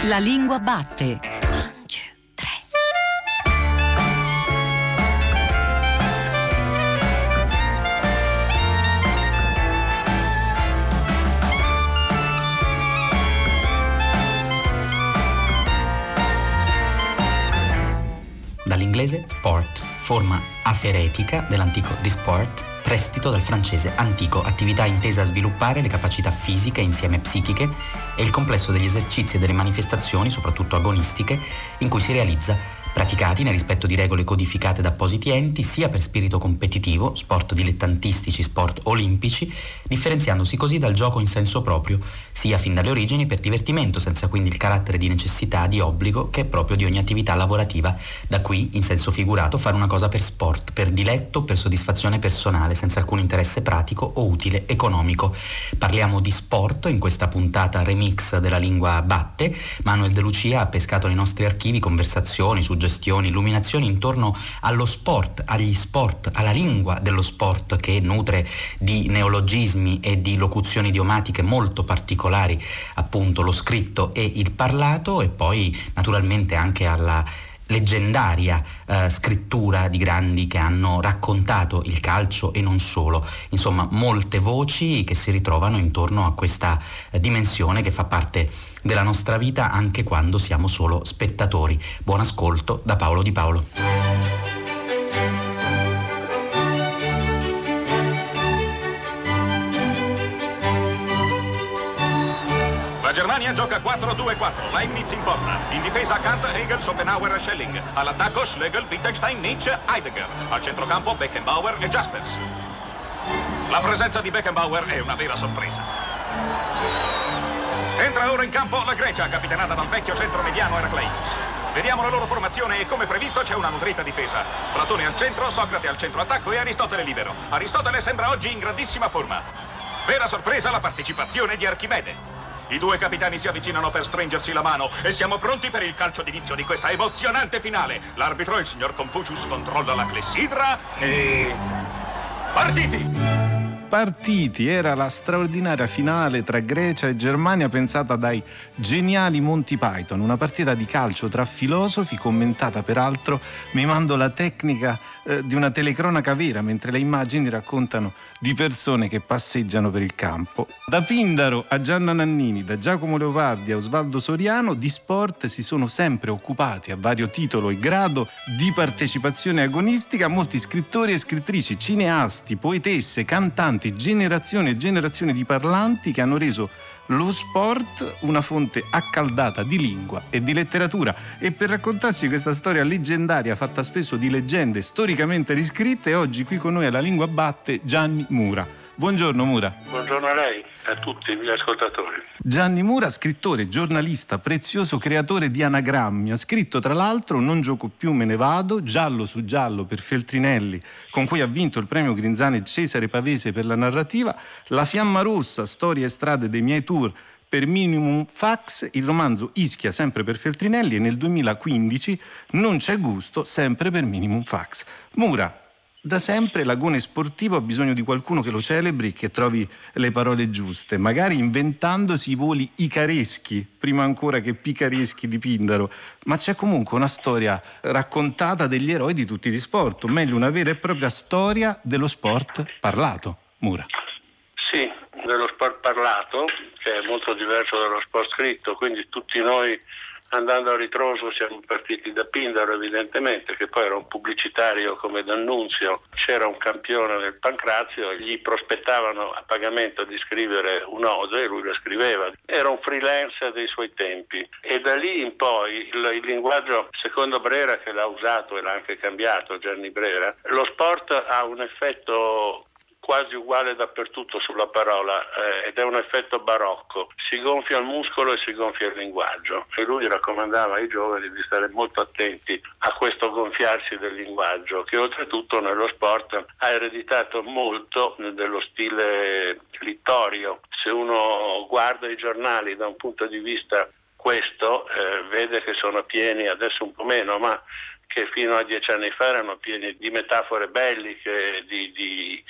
La lingua batte. Dall'inglese sport, forma aferetica dell'antico disport, prestito dal francese antico, attività intesa a sviluppare le capacità fisiche insieme psichiche e il complesso degli esercizi e delle manifestazioni, soprattutto agonistiche, in cui si realizza, praticati nel rispetto di regole codificate da appositi enti, sia per spirito competitivo, sport dilettantistici, sport olimpici, differenziandosi così dal gioco in senso proprio, sia fin dalle origini per divertimento, senza quindi il carattere di necessità, di obbligo che è proprio di ogni attività lavorativa. Da qui, in senso figurato, fare una cosa per sport, per diletto, per soddisfazione personale, senza alcun interesse pratico o utile economico. Parliamo di sport in questa puntata remix della lingua batte. Manuel De Lucia ha pescato nei nostri archivi conversazioni, suggestioni, illuminazioni intorno allo sport, agli sport, alla lingua dello sport, che nutre di neologismi e di locuzioni idiomatiche molto particolari, appunto lo scritto e il parlato, e poi naturalmente anche alla leggendaria scrittura di grandi che hanno raccontato il calcio e non solo. Insomma, molte voci che si ritrovano intorno a questa dimensione che fa parte della nostra vita anche quando siamo solo spettatori. Buon ascolto da Paolo Di Paolo. La Germania gioca 4-2-4, Leibniz in porta. In difesa Kant, Hegel, Schopenhauer e Schelling. All'attacco Schlegel, Wittgenstein, Nietzsche, Heidegger. Al centrocampo Beckenbauer e Jaspers. La presenza di Beckenbauer è una vera sorpresa. Entra ora in campo la Grecia, capitanata dal vecchio centromediano Heracleitos. Vediamo la loro formazione e, come previsto, c'è una nutrita difesa. Platone al centro, Socrate al centro attacco e Aristotele libero. Aristotele sembra oggi in grandissima forma. Vera sorpresa la partecipazione di Archimede. I due capitani si avvicinano per stringersi la mano e siamo pronti per il calcio d'inizio di questa emozionante finale. L'arbitro, il signor Confucius, controlla la clessidra e... Partiti era la straordinaria finale tra Grecia e Germania pensata dai geniali Monty Python, una partita di calcio tra filosofi commentata peraltro mimando la tecnica di una telecronaca vera, mentre le immagini raccontano di persone che passeggiano per il campo. Da Pindaro a Gianna Nannini, da Giacomo Leopardi a Osvaldo Soriano, di sport si sono sempre occupati a vario titolo e grado di partecipazione agonistica molti scrittori e scrittrici, cineasti, poetesse, cantanti, generazioni e generazioni di parlanti che hanno reso lo sport una fonte accaldata di lingua e di letteratura. E per raccontarci questa storia leggendaria fatta spesso di leggende storicamente riscritte, oggi qui con noi alla Lingua Batte Gianni Mura. Buongiorno Mura. Buongiorno a lei, a tutti gli ascoltatori. Gianni Mura, scrittore, giornalista, prezioso creatore di anagrammi. Ha scritto tra l'altro Non gioco più, me ne vado, giallo su giallo per Feltrinelli, con cui ha vinto il premio Grinzane Cesare Pavese per la narrativa, La fiamma rossa, storie e strade dei miei tour per Minimum Fax, il romanzo Ischia sempre per Feltrinelli e nel 2015 Non c'è gusto sempre per Minimum Fax. Mura, da sempre l'agone sportivo ha bisogno di qualcuno che lo celebri, che trovi le parole giuste, magari inventandosi i voli icareschi, prima ancora che picareschi di Pindaro. Ma c'è comunque una storia raccontata degli eroi di tutti gli sport, o meglio una vera e propria storia dello sport parlato. Mura. Sì, dello sport parlato, che è molto diverso dallo sport scritto, quindi tutti noi, andando a ritroso, siamo partiti da Pindaro evidentemente, che poi era un pubblicitario come D'Annunzio, c'era un campione del Pancrazio, gli prospettavano a pagamento di scrivere un'ode e lui la scriveva. Era un freelance dei suoi tempi e da lì in poi il linguaggio, secondo Brera, che l'ha usato e l'ha anche cambiato, Gianni Brera, lo sport ha un effetto quasi uguale dappertutto sulla parola ed è un effetto barocco, si gonfia il muscolo e si gonfia il linguaggio, e lui raccomandava ai giovani di stare molto attenti a questo gonfiarsi del linguaggio, che oltretutto nello sport ha ereditato molto dello stile littorio. Se uno guarda i giornali da un punto di vista questo, vede che sono pieni, adesso un po' meno, ma che fino a 10 anni fa erano pieni di metafore belliche, di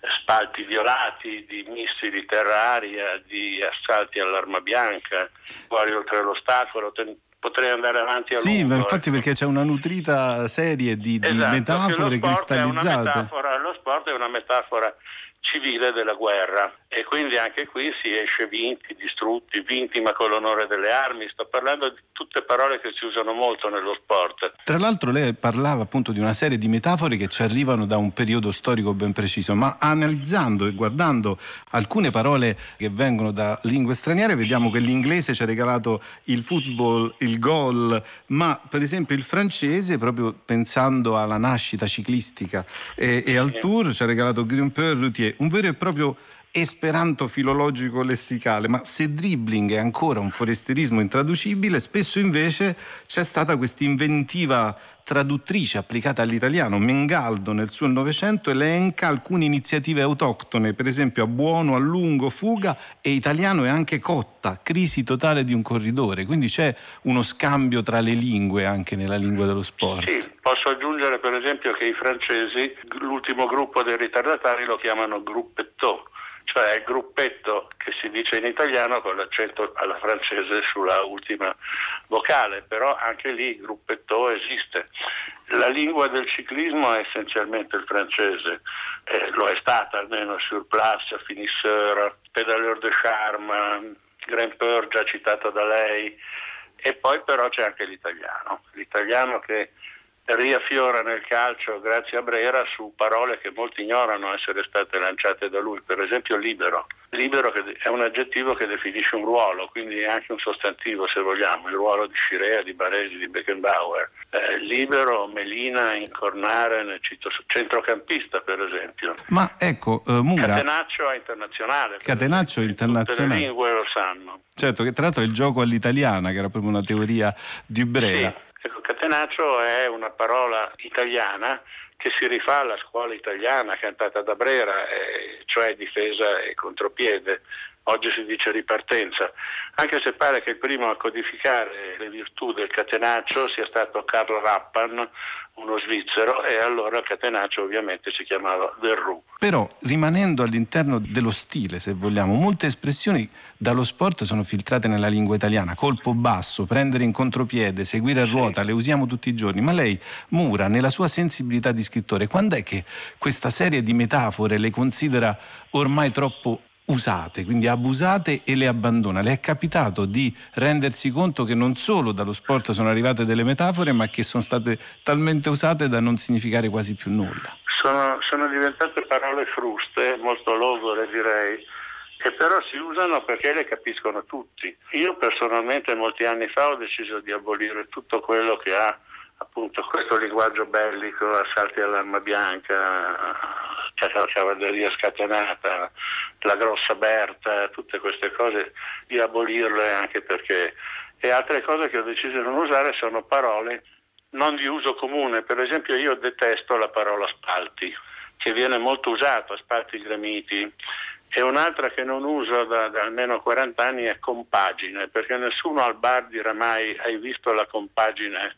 spalti violati, di missili terra-aria, di assalti all'arma bianca, fuori oltre l'ostacolo. Potrei andare avanti a lungo. Sì, ma infatti perché c'è una nutrita serie di metafore cristallizzate. Lo sport è una metafora civile della guerra, e quindi anche qui si esce vinti, distrutti, vinti ma con l'onore delle armi. Sto parlando di tutte parole che si usano molto nello sport. Tra l'altro lei parlava appunto di una serie di metafore che ci arrivano da un periodo storico ben preciso, ma analizzando e guardando alcune parole che vengono da lingue straniere vediamo che l'inglese ci ha regalato il football, il gol, ma per esempio il francese, proprio pensando alla nascita ciclistica e al tour, ci ha regalato Grimpeur, Routier, un vero e proprio esperanto filologico lessicale. Ma se dribbling è ancora un forestierismo intraducibile, spesso invece c'è stata questa inventiva traduttrice applicata all'italiano. Mengaldo nel suo Novecento elenca alcune iniziative autoctone, per esempio a buono, a lungo, fuga, e italiano è anche cotta, crisi totale di un corridore. Quindi c'è uno scambio tra le lingue anche nella lingua dello sport. Sì, posso aggiungere per esempio che i francesi l'ultimo gruppo dei ritardatari lo chiamano gruppetto, cioè il gruppetto che si dice in italiano con l'accento alla francese sulla ultima vocale, però anche lì il gruppetto esiste. La lingua del ciclismo è essenzialmente il francese, lo è stata almeno sur place, finisseur, pédaleur de charme, grimpeur già citato da lei, e poi però c'è anche l'italiano che riaffiora nel calcio grazie a Brera su parole che molti ignorano essere state lanciate da lui, per esempio libero che è un aggettivo che definisce un ruolo, quindi è anche un sostantivo se vogliamo, il ruolo di Scirea, di Baresi, di Beckenbauer. Libero, Melina, Incornare, ne cito centrocampista per esempio. Ma ecco, Mura, Catenaccio è internazionale. Catenaccio è internazionale. Tutte le lingue lo sanno. Certo, che tra l'altro è il gioco all'italiana, che era proprio una teoria di Brera. Sì. Ecco, catenaccio è una parola italiana che si rifà alla scuola italiana cantata da Brera, cioè difesa e contropiede. Oggi si dice ripartenza, anche se pare che il primo a codificare le virtù del catenaccio sia stato Karl Rappan, uno svizzero, e allora il catenaccio ovviamente si chiamava Verrou. Però rimanendo all'interno dello stile, se vogliamo, molte espressioni dallo sport sono filtrate nella lingua italiana. Colpo basso, prendere in contropiede, seguire a ruota, le usiamo tutti i giorni. Ma lei, Mura, nella sua sensibilità di scrittore, quando è che questa serie di metafore le considera ormai troppo usate, quindi abusate, e le abbandona? Le è capitato di rendersi conto che non solo dallo sport sono arrivate delle metafore, ma che sono state talmente usate da non significare quasi più nulla? Sono diventate parole fruste, molto logore direi, che però si usano perché le capiscono tutti. Io personalmente molti anni fa ho deciso di abolire tutto quello che ha appunto questo linguaggio bellico, assalti all'arma bianca, cavalleria scatenata, la grossa Berta, tutte queste cose, di abolirle, anche perché, e altre cose che ho deciso di non usare sono parole non di uso comune. Per esempio io detesto la parola spalti, che viene molto usata, spalti gremiti, e un'altra che non uso da almeno 40 anni è compagine, perché nessuno al bar dirà mai hai visto la compagine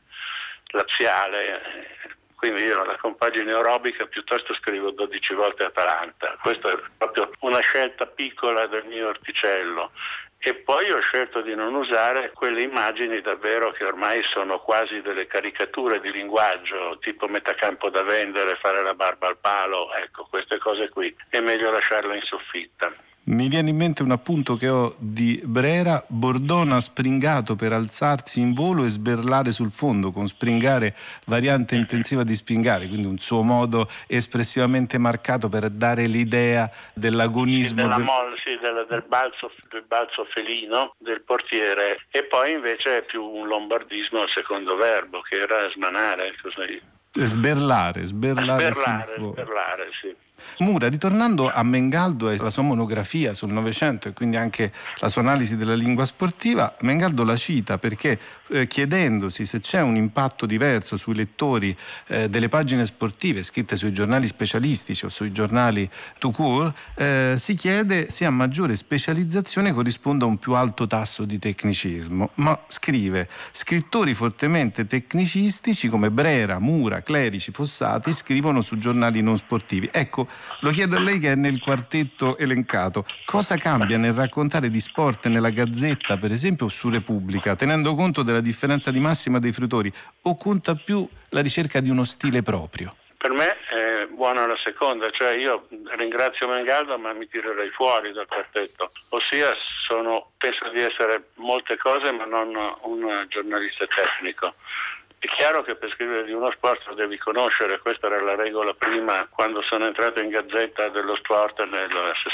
laziale, quindi io la compagine aerobica piuttosto scrivo 12 volte Atalanta. Questa è proprio una scelta piccola del mio orticello. E poi ho scelto di non usare quelle immagini davvero che ormai sono quasi delle caricature di linguaggio, tipo metacampo da vendere, fare la barba al palo, ecco, queste cose qui è meglio lasciarle in soffitta. Mi viene in mente un appunto che ho di Brera: Bordona springato per alzarsi in volo e sberlare sul fondo, con springare variante intensiva di spingare, quindi un suo modo espressivamente marcato per dare l'idea dell'agonismo, del balzo felino del portiere. E poi invece è più un lombardismo al secondo verbo, che era smanare, così. Sberlare, sberlare, sì. Mura, ritornando a Mengaldo e la sua monografia sul Novecento e quindi anche la sua analisi della lingua sportiva, Mengaldo la cita perché chiedendosi se c'è un impatto diverso sui lettori delle pagine sportive scritte sui giornali specialistici o sui giornali tout court, si chiede se a maggiore specializzazione corrisponda a un più alto tasso di tecnicismo. Ma scrive: scrittori fortemente tecnicistici come Brera, Mura, Clerici, Fossati scrivono su giornali non sportivi. Ecco, Lo chiedo a lei che è nel quartetto elencato. Cosa cambia nel raccontare di sport nella Gazzetta, per esempio, o su Repubblica, tenendo conto della differenza di massima dei fruitori, o conta più la ricerca di uno stile proprio? Per me è buona la seconda, cioè io ringrazio Mengaldo ma mi tirerei fuori dal quartetto, ossia penso di essere molte cose ma non un giornalista tecnico. È chiaro che per scrivere di uno sport lo devi conoscere, questa era la regola prima quando sono entrato in Gazzetta dello Sport nel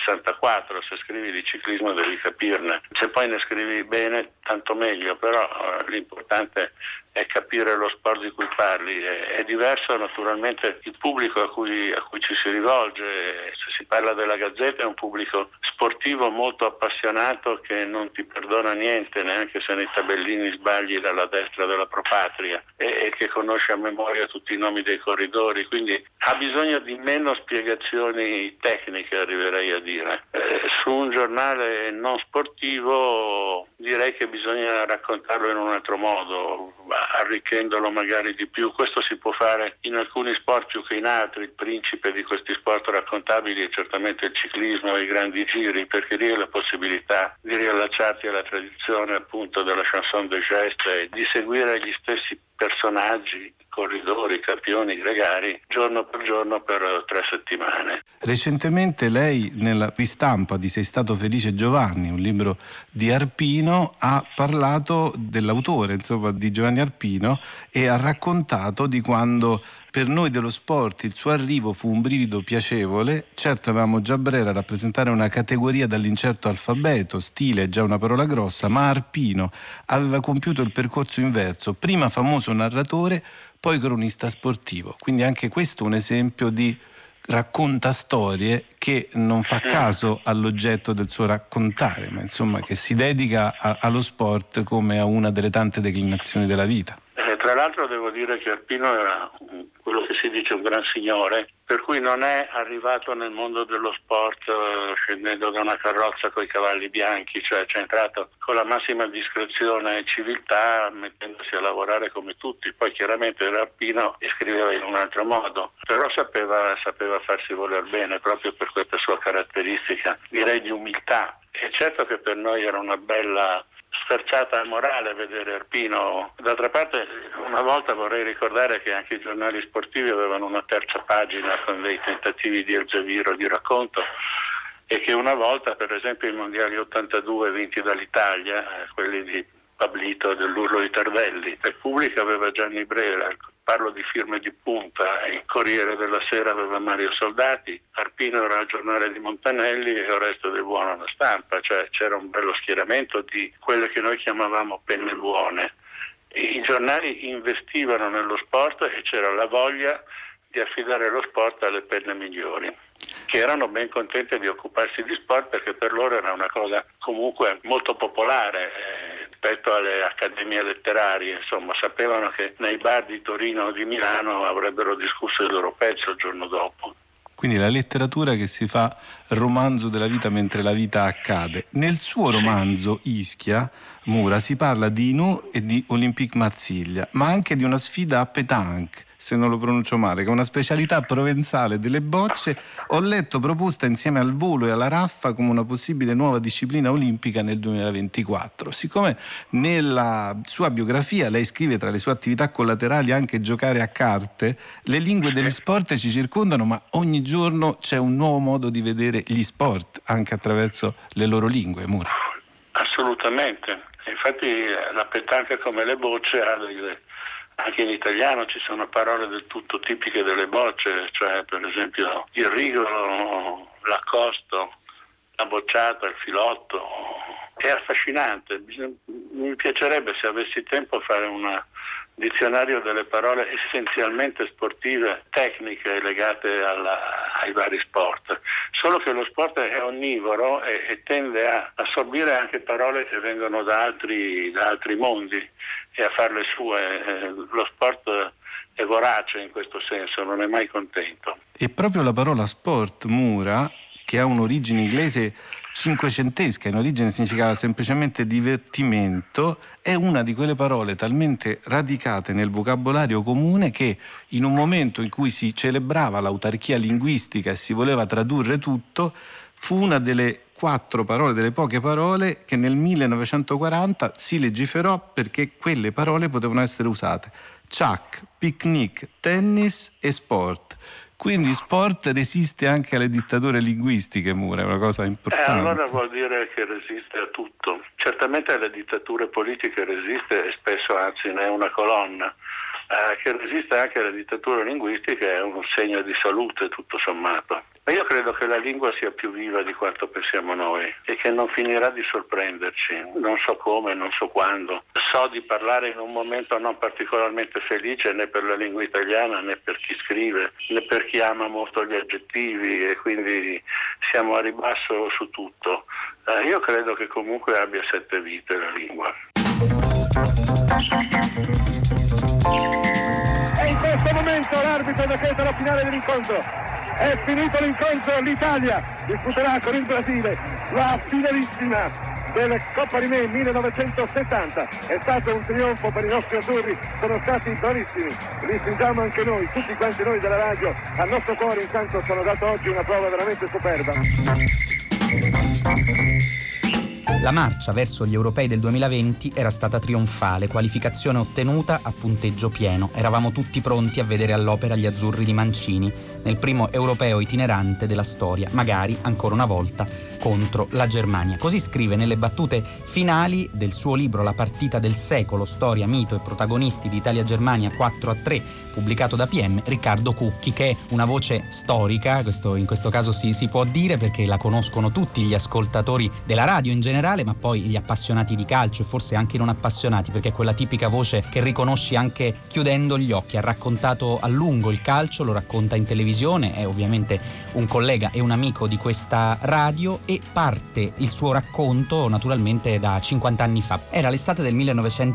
64, se scrivi di ciclismo devi capirne, se poi ne scrivi bene tanto meglio, però l'importante è capire lo sport di cui parli. È diverso naturalmente il pubblico a cui ci si rivolge. Se si parla della Gazzetta è un pubblico sportivo molto appassionato che non ti perdona niente, neanche se nei tabellini sbagli dalla destra della Propatria, e che conosce a memoria tutti i nomi dei corridori, quindi ha bisogno di meno spiegazioni tecniche, arriverei a dire. Su un giornale non sportivo direi che bisogna raccontarlo in un altro modo, arricchendolo magari di più. Questo si può fare in alcuni sport più che in altri. Il principe di questi sport raccontabili è certamente il ciclismo e i grandi giri, perché lì hai la possibilità di riallacciarti alla tradizione appunto della chanson de geste e di seguire gli stessi personaggi, corridori, campioni, gregari, giorno per giorno per 3 settimane. Recentemente lei, nella ristampa di Sei stato felice Giovanni, un libro di Arpino, ha parlato dell'autore, di Giovanni Arpino, e ha raccontato di quando per noi dello sport il suo arrivo fu un brivido piacevole. Certo, avevamo già Brera a rappresentare una categoria dall'incerto alfabeto, stile è già una parola grossa, ma Arpino aveva compiuto il percorso inverso, prima famoso narratore, poi cronista sportivo. Quindi anche questo è un esempio di racconta storie che non fa caso all'oggetto del suo raccontare, ma insomma che si dedica allo sport come a una delle tante declinazioni della vita. Tra l'altro devo dire che Arpino era quello che si dice un gran signore, per cui non è arrivato nel mondo dello sport scendendo da una carrozza coi cavalli bianchi, cioè c'è entrato con la massima discrezione e civiltà, mettendosi a lavorare come tutti. Poi chiaramente era Arpino e scriveva in un altro modo, però sapeva farsi voler bene proprio per questa sua caratteristica, direi di umiltà. E certo che per noi era una bella sferzata morale vedere Arpino. D'altra parte, una volta vorrei ricordare che anche i giornali sportivi avevano una terza pagina con dei tentativi di Elzeviro di racconto, e che una volta, per esempio, i mondiali 82 vinti dall'Italia, quelli di Pablito dell'Urlo di Tardelli, Repubblica aveva Gianni Brera, parlo di firme di punta, il Corriere della Sera aveva Mario Soldati, Arpino era il giornale di Montanelli e Oresto del Buono alla Stampa, cioè c'era un bello schieramento di quelle che noi chiamavamo penne buone. I giornali investivano nello sport e c'era la voglia di affidare lo sport alle penne migliori, che erano ben contente di occuparsi di sport perché per loro era una cosa comunque molto popolare rispetto alle accademie letterarie. Insomma, sapevano che nei bar di Torino o di Milano avrebbero discusso il loro pezzo il giorno dopo. Quindi la letteratura che si fa romanzo della vita mentre la vita accade. Nel suo romanzo Ischia, Mura, si parla di Inu e di Olympique Marsiglia, ma anche di una sfida a pétanque, se non lo pronuncio male, che è una specialità provenzale delle bocce. Ho letto proposta insieme al volo e alla raffa come una possibile nuova disciplina olimpica nel 2024. Siccome nella sua biografia lei scrive tra le sue attività collaterali anche giocare a carte, le lingue degli sport ci circondano, ma ogni giorno c'è un nuovo modo di vedere gli sport anche attraverso le loro lingue, Mura. Assolutamente. Infatti la pétanque, come le bocce, ha anche in italiano ci sono parole del tutto tipiche delle bocce, cioè per esempio il rigolo, l'accosto, la bocciata, il filotto. È affascinante. Mi piacerebbe, se avessi tempo, fare un dizionario delle parole essenzialmente sportive, tecniche legate ai vari sport. Solo che lo sport è onnivoro e tende a assorbire anche parole che vengono da altri mondi e a farle sue. Lo sport è vorace in questo senso, non è mai contento. E proprio la parola sport, Mura, che ha un'origine inglese cinquecentesca, in origine significava semplicemente divertimento, è una di quelle parole talmente radicate nel vocabolario comune che in un momento in cui si celebrava l'autarchia linguistica e si voleva tradurre tutto, fu una delle 4 parole, delle poche parole che nel 1940 si legiferò perché quelle parole potevano essere usate. Ciak, picnic, tennis e sport. Quindi sport resiste anche alle dittature linguistiche, Mura, è una cosa importante. Allora vuol dire che resiste a tutto. Certamente alle dittature politiche resiste e spesso anzi ne è una colonna. Che resiste anche alle dittature linguistiche è un segno di salute tutto sommato. Ma io credo che la lingua sia più viva di quanto pensiamo noi e che non finirà di sorprenderci, non so come, non so quando. So di parlare in un momento non particolarmente felice né per la lingua italiana né per chi scrive né per chi ama molto gli aggettivi e quindi siamo a ribasso su tutto. Io credo che comunque abbia 7 vite la lingua. E in questo momento l'arbitro decreta la finale dell'incontro. È finito l'incontro, l'Italia disputerà con il Brasile la finalissima della Coppa Rimè 1970. È stato un trionfo per i nostri azzurri, sono stati bravissimi, li stringiamo anche noi, tutti quanti noi della radio, al nostro cuore intanto sono dato oggi una prova veramente superba. La marcia verso gli europei del 2020 era stata trionfale, qualificazione ottenuta a punteggio pieno. Eravamo tutti pronti a vedere all'opera gli azzurri di Mancini nel primo europeo itinerante della storia, magari ancora una volta contro la Germania. Così scrive nelle battute finali del suo libro La partita del secolo, storia, mito e protagonisti di Italia-Germania 4-3, pubblicato da PM, Riccardo Cucchi, che è una voce storica, in questo caso si può dire perché la conoscono tutti gli ascoltatori della radio in generale, ma poi gli appassionati di calcio e forse anche i non appassionati, perché è quella tipica voce che riconosci anche chiudendo gli occhi. Ha raccontato a lungo il calcio, lo racconta in televisione, è ovviamente un collega e un amico di questa radio e parte il suo racconto naturalmente da 50 anni fa. Era l'estate del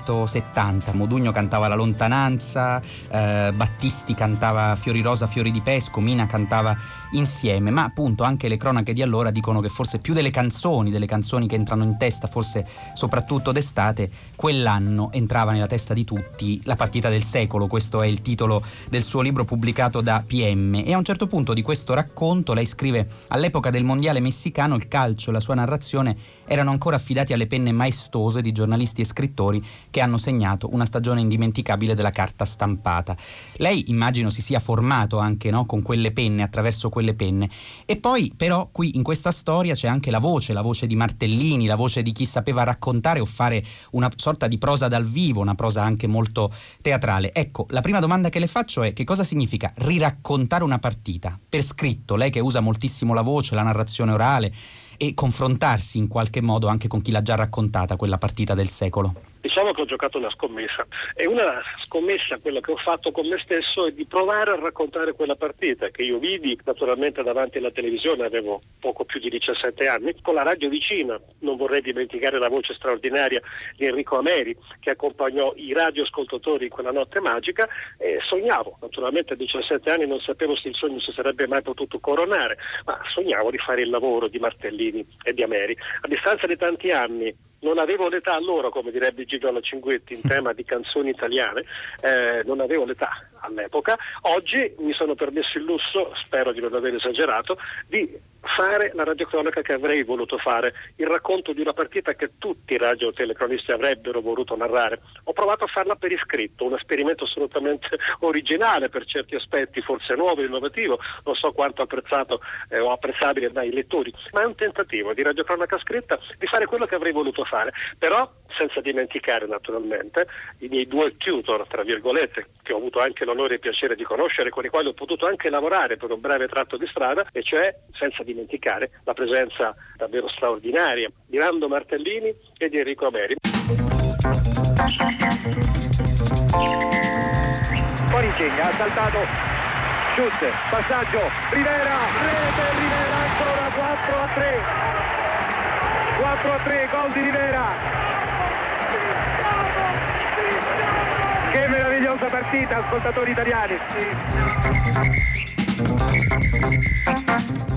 1970, Modugno cantava La lontananza, Battisti cantava Fiori rosa, fiori di pesco, Mina cantava Insieme, ma appunto anche le cronache di allora dicono che forse più delle canzoni che entrano in testa, forse soprattutto d'estate, quell'anno entrava nella testa di tutti la partita del secolo. Questo è il titolo del suo libro pubblicato da PM e a un certo punto di questo racconto lei scrive: all'epoca del mondiale messicano il calcio e la sua narrazione erano ancora affidati alle penne maestose di giornalisti e scrittori che hanno segnato una stagione indimenticabile della carta stampata. Lei immagino si sia formato anche, no, con quelle penne, attraverso quelle penne. E poi però qui in questa storia c'è anche la voce di Martellini, la voce di chi sapeva raccontare o fare una sorta di prosa dal vivo, una prosa anche molto teatrale. Ecco, la prima domanda che le faccio è: che cosa significa riraccontare una partita per scritto? Lei che usa moltissimo la voce, la narrazione orale, e confrontarsi in qualche modo anche con chi l'ha già raccontata quella partita del secolo. Diciamo che ho giocato una scommessa e una scommessa, quella che ho fatto con me stesso, è di provare a raccontare quella partita che io vidi naturalmente davanti alla televisione, avevo poco più di 17 anni, con la radio vicina. Non vorrei dimenticare la voce straordinaria di Enrico Ameri che accompagnò i radioascoltatori in quella notte magica e sognavo, naturalmente a 17 anni non sapevo se il sogno si sarebbe mai potuto coronare, ma sognavo di fare il lavoro di Martellini e di Ameri. A distanza di tanti anni, non avevo l'età allora, come direbbe Gigliola Cinquetti in tema di canzoni italiane, non avevo l'età all'epoca. Oggi mi sono permesso il lusso, spero di non aver esagerato, di fare la radiocronaca che avrei voluto fare, il racconto di una partita che tutti i radiotelecronisti avrebbero voluto narrare. Ho provato a farla per iscritto, un esperimento assolutamente originale per certi aspetti, forse nuovo e innovativo, non so quanto apprezzato o apprezzabile dai lettori, ma è un tentativo di radiocronaca scritta di fare quello che avrei voluto fare, però senza dimenticare naturalmente i miei 2 tutor, tra virgolette, che ho avuto anche l'onore e il piacere di conoscere, con i quali ho potuto anche lavorare per un breve tratto di strada, e cioè senza dimenticare la presenza davvero straordinaria di Nando Martellini e di Enrico Ameri. Fuori Cegna, ha saltato, shoot, passaggio, Rivera, rete Rivera, ancora 4-3, gol di Rivera. Che meravigliosa partita, ascoltatori italiani.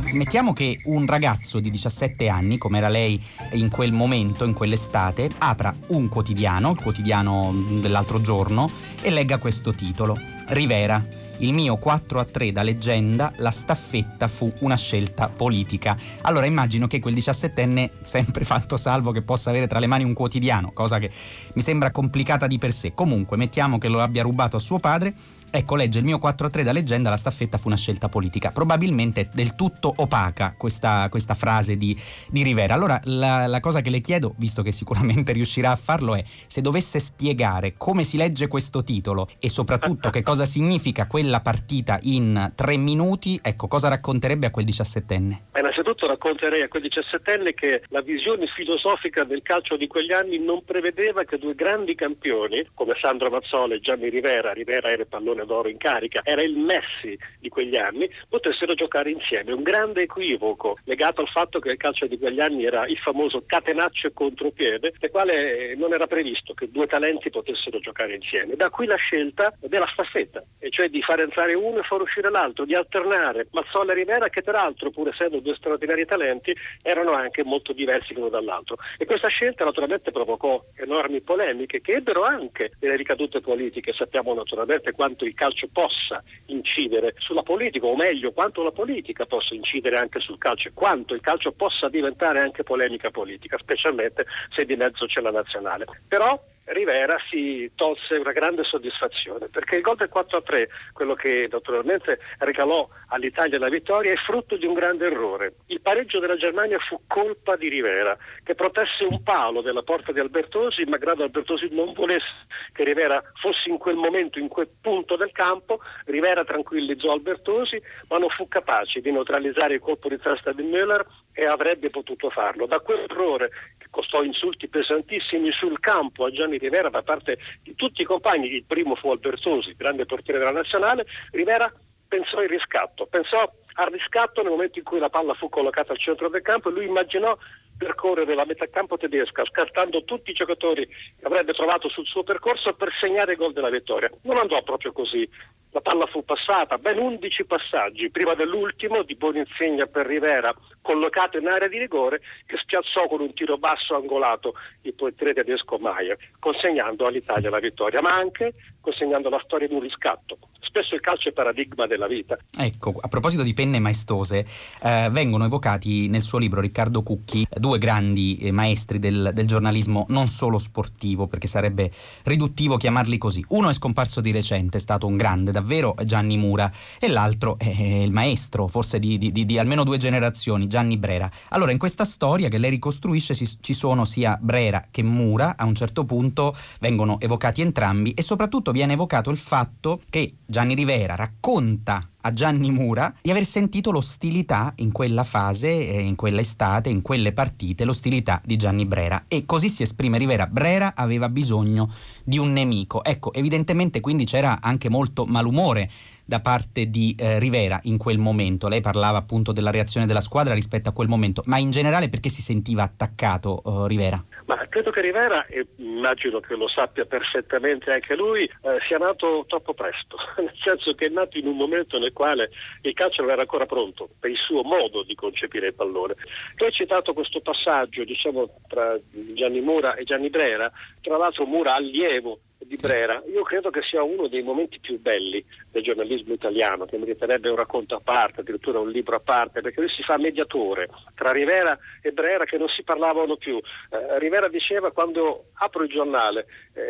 Mettiamo che un ragazzo di 17 anni, come era lei in quel momento, in quell'estate, apra un quotidiano, il quotidiano dell'altro giorno, e legga questo titolo: Rivera, il mio 4-3 da leggenda, la staffetta fu una scelta politica. Allora immagino che quel 17enne, sempre fatto salvo che possa avere tra le mani un quotidiano, cosa che mi sembra complicata di per sé, comunque mettiamo che lo abbia rubato a suo padre. Ecco, legge il mio 4-3 da leggenda, la staffetta fu una scelta politica. Probabilmente è del tutto opaca questa frase di Rivera. Allora la cosa che le chiedo, visto che sicuramente riuscirà a farlo, è se dovesse spiegare come si legge questo titolo e soprattutto che cosa significa quella partita in 3 minuti, ecco, cosa racconterebbe a quel 17enne? Innanzitutto racconterei a quel 17enne che la visione filosofica del calcio di quegli anni non prevedeva che due grandi campioni come Sandro Mazzola e Gianni Rivera era il pallone d'oro in carica, era il Messi di quegli anni, potessero giocare insieme. Un grande equivoco legato al fatto che il calcio di quegli anni era il famoso catenaccio e contropiede, nel quale non era previsto che due talenti potessero giocare insieme. Da qui la scelta della staffetta, e cioè di far entrare uno e far uscire l'altro, di alternare Mazzola e Rivera, che peraltro, pur essendo due straordinari talenti, erano anche molto diversi l'uno dall'altro. E questa scelta naturalmente provocò enormi polemiche che ebbero anche delle ricadute politiche. Sappiamo naturalmente quanto il calcio possa incidere sulla politica, o meglio, quanto la politica possa incidere anche sul calcio, e quanto il calcio possa diventare anche polemica politica, specialmente se di mezzo c'è la nazionale. Però Rivera si tolse una grande soddisfazione, perché il gol del 4-3, quello che naturalmente regalò all'Italia la vittoria, è frutto di un grande errore. Il pareggio della Germania fu colpa di Rivera, che protesse un palo della porta di Albertosi, malgrado Albertosi non volesse che Rivera fosse in quel momento, in quel punto del campo. Rivera tranquillizzò Albertosi, ma non fu capace di neutralizzare il colpo di testa di Müller, e avrebbe potuto farlo. Da quell'errore, che costò insulti pesantissimi sul campo a Gianni Rivera da parte di tutti i compagni, il primo fu Albertosi, grande portiere della nazionale, Rivera pensò al riscatto nel momento in cui la palla fu collocata al centro del campo, e lui immaginò percorrere la metà campo tedesca, scartando tutti i giocatori che avrebbe trovato sul suo percorso per segnare il gol della vittoria. Non andò proprio così. La palla fu passata, ben 11 passaggi, prima dell'ultimo di buona insegna per Rivera, collocato in area di rigore, che spiazzò con un tiro basso angolato il portiere tedesco Maier, consegnando all'Italia la vittoria, ma anche consegnando la storia di un riscatto. Spesso il calcio è paradigma della vita. Ecco, a proposito di penne maestose, vengono evocati nel suo libro Riccardo Cucchi, due grandi maestri del giornalismo non solo sportivo, perché sarebbe riduttivo chiamarli così. Uno è scomparso di recente, è stato un grande davvero, Gianni Mura, e l'altro è il maestro forse di almeno 2 generazioni, Gianni Brera. Allora, in questa storia che lei ricostruisce ci sono sia Brera che Mura. A un certo punto vengono evocati entrambi, e soprattutto viene evocato il fatto che Gianni Rivera racconta a Gianni Mura di aver sentito l'ostilità in quella fase, in quell'estate, in quelle partite, l'ostilità di Gianni Brera, e così si esprime Rivera: Brera aveva bisogno di un nemico. Ecco, evidentemente quindi c'era anche molto malumore da parte di Rivera in quel momento. Lei parlava appunto della reazione della squadra rispetto a quel momento, ma in generale perché si sentiva attaccato Rivera? Ma credo che Rivera, e immagino che lo sappia perfettamente anche lui, sia nato troppo presto, nel senso che è nato in un momento nel quale il calcio non era ancora pronto per il suo modo di concepire il pallone. Tu hai citato questo passaggio, diciamo, tra Gianni Mura e Gianni Brera, tra l'altro Mura allievo di Brera. Io credo che sia uno dei momenti più belli del giornalismo italiano, che meriterebbe un racconto a parte, addirittura un libro a parte, perché lui si fa mediatore tra Rivera e Brera, che non si parlavano più. Rivera diceva: quando apro il giornale,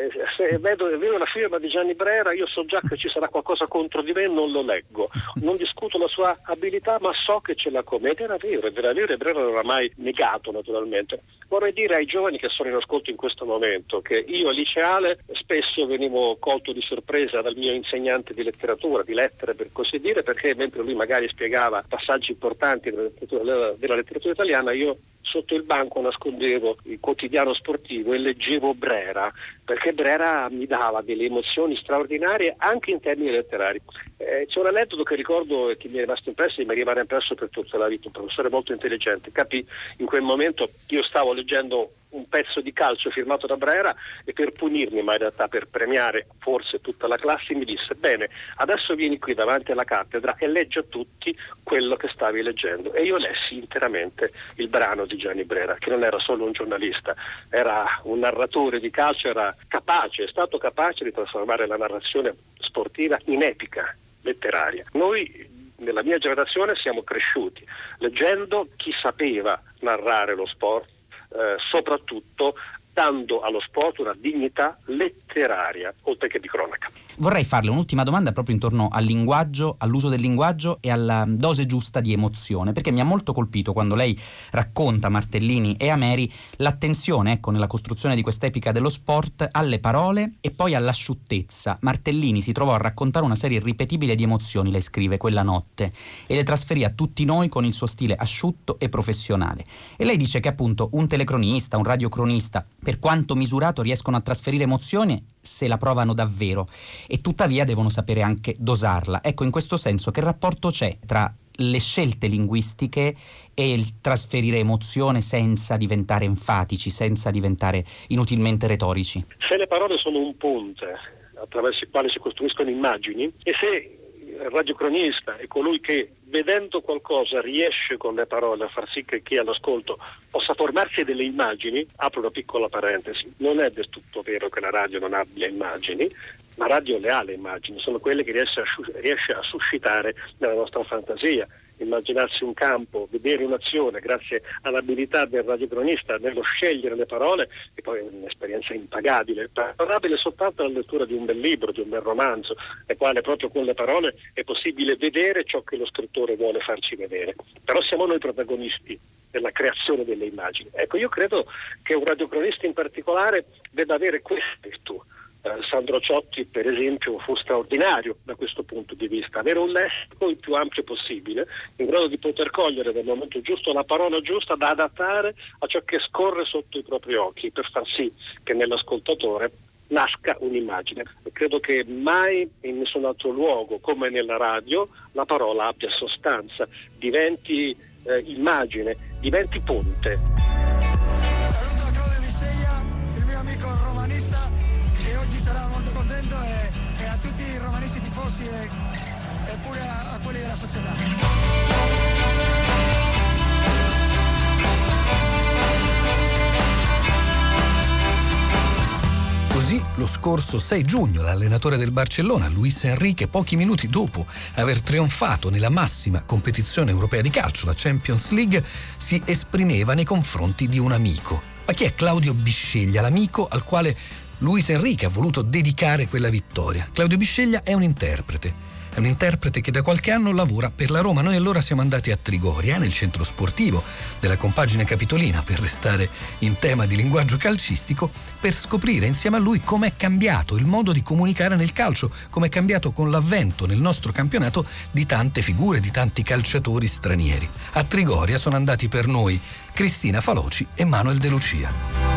se vedo la firma di Gianni Brera, io so già che ci sarà qualcosa contro di me, non lo leggo, non discuto la sua abilità, ma so che ce l'ha con me. Ed era vero, e Brera non l'ha mai negato, naturalmente. Vorrei dire ai giovani che sono in ascolto in questo momento che io, liceale, spesso venivo colto di sorpresa dal mio insegnante di letteratura, di lettere per così dire, perché mentre lui magari spiegava passaggi importanti della letteratura italiana, io sotto il banco nascondevo il quotidiano sportivo e leggevo Brera, perché Brera mi dava delle emozioni straordinarie anche in termini letterari. C'è un aneddoto che ricordo e che mi è rimasto impresso e mi rimarrà impresso per tutta la vita. Un professore molto intelligente, capì in quel momento io stavo leggendo un pezzo di calcio firmato da Brera e per punirmi, ma in realtà per premiare forse tutta la classe, mi disse: bene, adesso vieni qui davanti alla cattedra e leggi a tutti quello che stavi leggendo. E io lessi interamente il brano di Gianni Brera, che non era solo un giornalista, era un narratore di calcio, è stato capace di trasformare la narrazione sportiva in epica letteraria. Noi nella mia generazione siamo cresciuti leggendo chi sapeva narrare lo sport, soprattutto dando allo sport una dignità letteraria oltre che di cronaca. Vorrei farle un'ultima domanda proprio intorno al linguaggio, all'uso del linguaggio e alla dose giusta di emozione, perché mi ha molto colpito quando lei racconta Martellini e Ameri l'attenzione, nella costruzione di quest'epica dello sport, alle parole e poi all'asciuttezza. Martellini si trovò a raccontare una serie irripetibile di emozioni, lei scrive, quella notte, e le trasferì a tutti noi con il suo stile asciutto e professionale. E lei dice che appunto un telecronista, un radiocronista, per quanto misurato, riescono a trasferire emozione se la provano davvero, e tuttavia devono sapere anche dosarla. Ecco, in questo senso, che rapporto c'è tra le scelte linguistiche e il trasferire emozione senza diventare enfatici, senza diventare inutilmente retorici? Se le parole sono un ponte attraverso il quale si costruiscono immagini, e se il radiocronista è colui che, vedendo qualcosa, riesce con le parole a far sì che chi è all'ascolto possa formarsi delle immagini, apro una piccola parentesi, non è del tutto vero che la radio non abbia immagini, ma la radio le ha le immagini, sono quelle che riesce a suscitare nella nostra fantasia. Immaginarsi un campo, vedere un'azione grazie all'abilità del radiocronista nello scegliere le parole, e poi è un'esperienza impagabile, paragonabile soltanto alla lettura di un bel libro, di un bel romanzo, nel quale proprio con le parole è possibile vedere ciò che lo scrittore vuole farci vedere. Però siamo noi protagonisti della creazione delle immagini. Ecco, io credo che un radiocronista in particolare debba avere questa virtù. Sandro Ciotti, per esempio, fu straordinario da questo punto di vista, avere un lessico il più ampio possibile, in grado di poter cogliere nel momento giusto la parola giusta da adattare a ciò che scorre sotto i propri occhi, per far sì che nell'ascoltatore nasca un'immagine. Credo che mai in nessun altro luogo, come nella radio, la parola abbia sostanza, diventi immagine, diventi ponte. Saluto a Claudio Bisceglia, il mio amico romanista, che oggi sarà molto contento, e a tutti i romanisti tifosi e pure a quelli della società. Così lo scorso 6 giugno l'allenatore del Barcellona, Luis Enrique, pochi minuti dopo aver trionfato nella massima competizione europea di calcio, la Champions League, si esprimeva nei confronti di un amico. Ma chi è Claudio Bisceglia, l'amico al quale Luis Enrique ha voluto dedicare quella vittoria? Claudio Bisceglia è un interprete che da qualche anno lavora per la Roma. Noi allora siamo andati a Trigoria, nel centro sportivo della compagine capitolina, per restare in tema di linguaggio calcistico, per scoprire insieme a lui com'è cambiato il modo di comunicare nel calcio, com'è cambiato con l'avvento nel nostro campionato di tante figure, di tanti calciatori stranieri. A Trigoria sono andati per noi Cristina Faloci e Manuel De Lucia.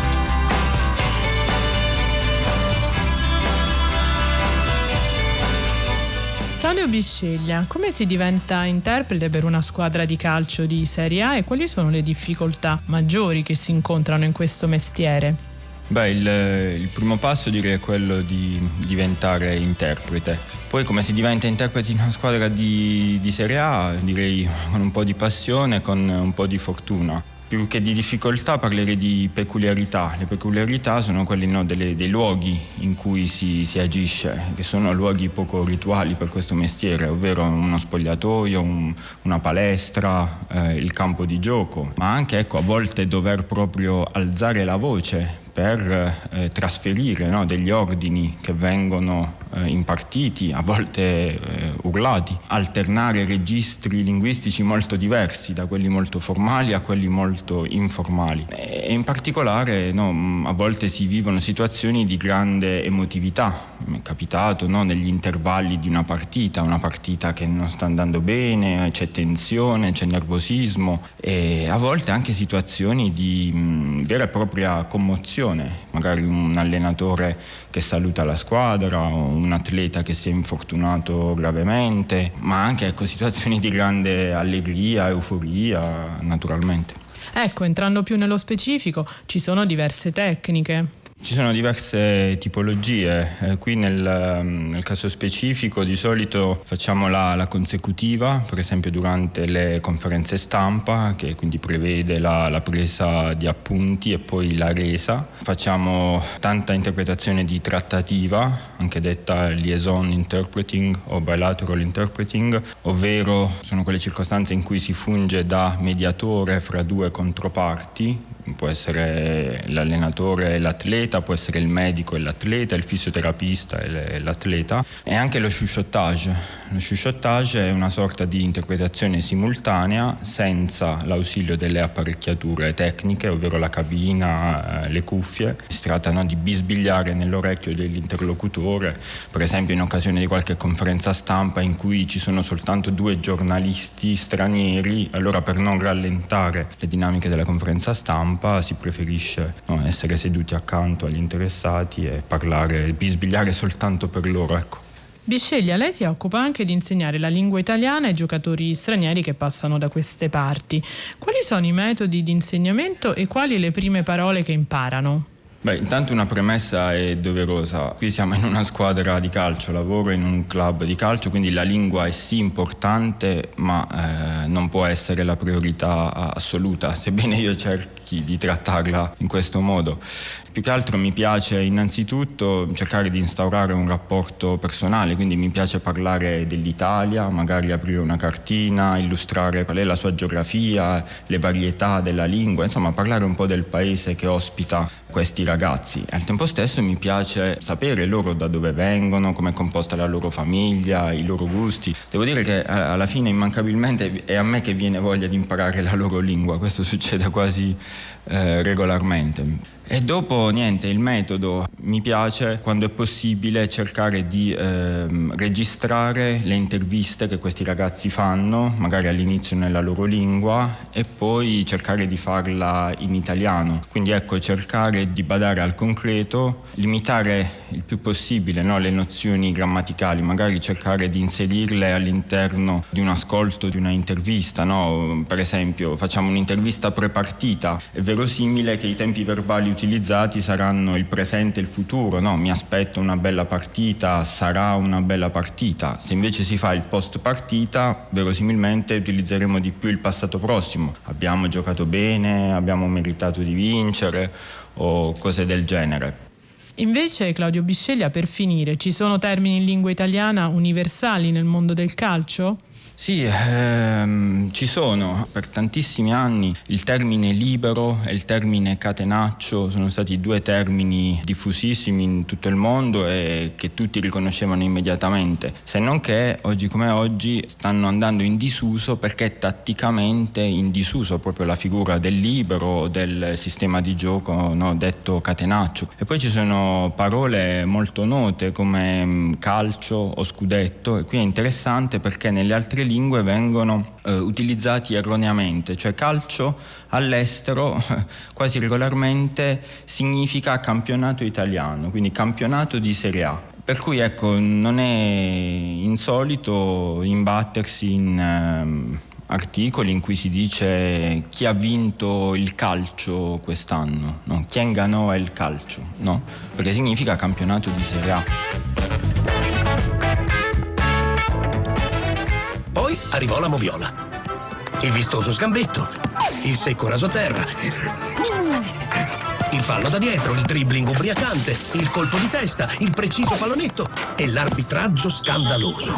Claudio Bisceglia, come si diventa interprete per una squadra di calcio di Serie A e quali sono le difficoltà maggiori che si incontrano in questo mestiere? Il primo passo direi è quello di diventare interprete. Poi come si diventa interprete in una squadra di Serie A? Direi con un po' di passione, con un po' di fortuna. Più che di difficoltà parlerei di peculiarità. Le peculiarità sono quelle dei luoghi in cui si agisce, che sono luoghi poco rituali per questo mestiere, ovvero uno spogliatoio, una palestra, il campo di gioco, ma anche a volte dover proprio alzare la voce per trasferire degli ordini che vengono impartiti, a volte urlati, alternare registri linguistici molto diversi, da quelli molto formali a quelli molto informali. E in particolare a volte si vivono situazioni di grande emotività. Mi è capitato negli intervalli di una partita che non sta andando bene, c'è tensione, c'è nervosismo, e a volte anche situazioni di vera e propria commozione, magari un allenatore che saluta la squadra o un atleta che si è infortunato gravemente, ma anche situazioni di grande allegria, euforia, naturalmente. Ecco, entrando più nello specifico, ci sono diverse tecniche. Ci sono diverse tipologie, qui nel caso specifico di solito facciamo la consecutiva, per esempio durante le conferenze stampa, che quindi prevede la presa di appunti e poi la resa. Facciamo tanta interpretazione di trattativa, anche detta liaison interpreting o bilateral interpreting, ovvero sono quelle circostanze in cui si funge da mediatore fra due controparti. Può essere l'allenatore e l'atleta, può essere il medico e l'atleta, il fisioterapista e l'atleta, e anche lo chuchotage. Lo chuchotage è una sorta di interpretazione simultanea senza l'ausilio delle apparecchiature tecniche, ovvero la cabina, le cuffie. Si tratta di bisbigliare nell'orecchio dell'interlocutore, per esempio in occasione di qualche conferenza stampa in cui ci sono soltanto 2 giornalisti stranieri, allora per non rallentare le dinamiche della conferenza stampa si preferisce essere seduti accanto agli interessati e parlare, bisbigliare soltanto per loro, ecco. Bisceglia, lei si occupa anche di insegnare la lingua italiana ai giocatori stranieri che passano da queste parti. Quali sono i metodi di insegnamento e quali le prime parole che imparano? Intanto una premessa è doverosa. Qui siamo in una squadra di calcio, lavoro in un club di calcio, quindi la lingua è sì importante, ma non può essere la priorità assoluta, sebbene io cerchi di trattarla in questo modo. Più che altro mi piace innanzitutto cercare di instaurare un rapporto personale, quindi mi piace parlare dell'Italia, magari aprire una cartina, illustrare qual è la sua geografia, le varietà della lingua, insomma parlare un po' del paese che ospita questi ragazzi. Al tempo stesso mi piace sapere loro da dove vengono, come è composta la loro famiglia, i loro gusti. Devo dire che alla fine immancabilmente è a me che viene voglia di imparare la loro lingua, questo succede quasi regolarmente. E dopo il metodo, mi piace quando è possibile cercare di registrare le interviste che questi ragazzi fanno, magari all'inizio nella loro lingua e poi cercare di farla in italiano. Quindi cercare di badare al concreto, limitare il più possibile le nozioni grammaticali, magari cercare di inserirle all'interno di un ascolto, di una intervista, Per esempio facciamo un'intervista pre-partita, è verosimile che i tempi verbali utilizzati saranno il presente e il futuro, mi aspetto una bella partita, sarà una bella partita. Se invece si fa il post partita, verosimilmente utilizzeremo di più il passato prossimo, abbiamo giocato bene, abbiamo meritato di vincere o cose del genere. Invece, Claudio Bisceglia, per finire, ci sono termini in lingua italiana universali nel mondo del calcio? Sì, ci sono. Per tantissimi anni il termine libero e il termine catenaccio sono stati 2 termini diffusissimi in tutto il mondo e che tutti riconoscevano immediatamente, se non che oggi come oggi stanno andando in disuso perché è tatticamente in disuso proprio la figura del libero, del sistema di gioco detto catenaccio. E poi ci sono parole molto note come calcio o scudetto, e qui è interessante perché nelle altre lingue vengono utilizzati erroneamente, cioè calcio all'estero quasi regolarmente significa campionato italiano, quindi campionato di Serie A. Per cui non è insolito imbattersi in articoli in cui si dice chi ha vinto il calcio quest'anno, chi ganò il calcio, perché significa campionato di Serie A. Poi arrivò la moviola, il vistoso scambetto, il secco rasoterra, il fallo da dietro, il dribbling ubriacante, il colpo di testa, il preciso pallonetto e l'arbitraggio scandaloso.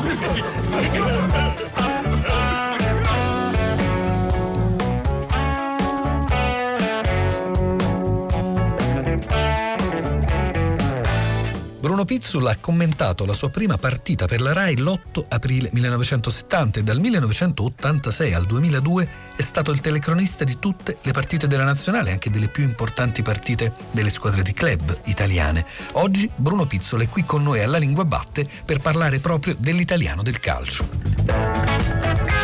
Bruno Bruno Pizzul ha commentato la sua prima partita per la Rai l'8 aprile 1970 e dal 1986 al 2002 è stato il telecronista di tutte le partite della nazionale, anche delle più importanti partite delle squadre di club italiane. Oggi Bruno Pizzul è qui con noi alla Lingua Batte per parlare proprio dell'italiano del calcio.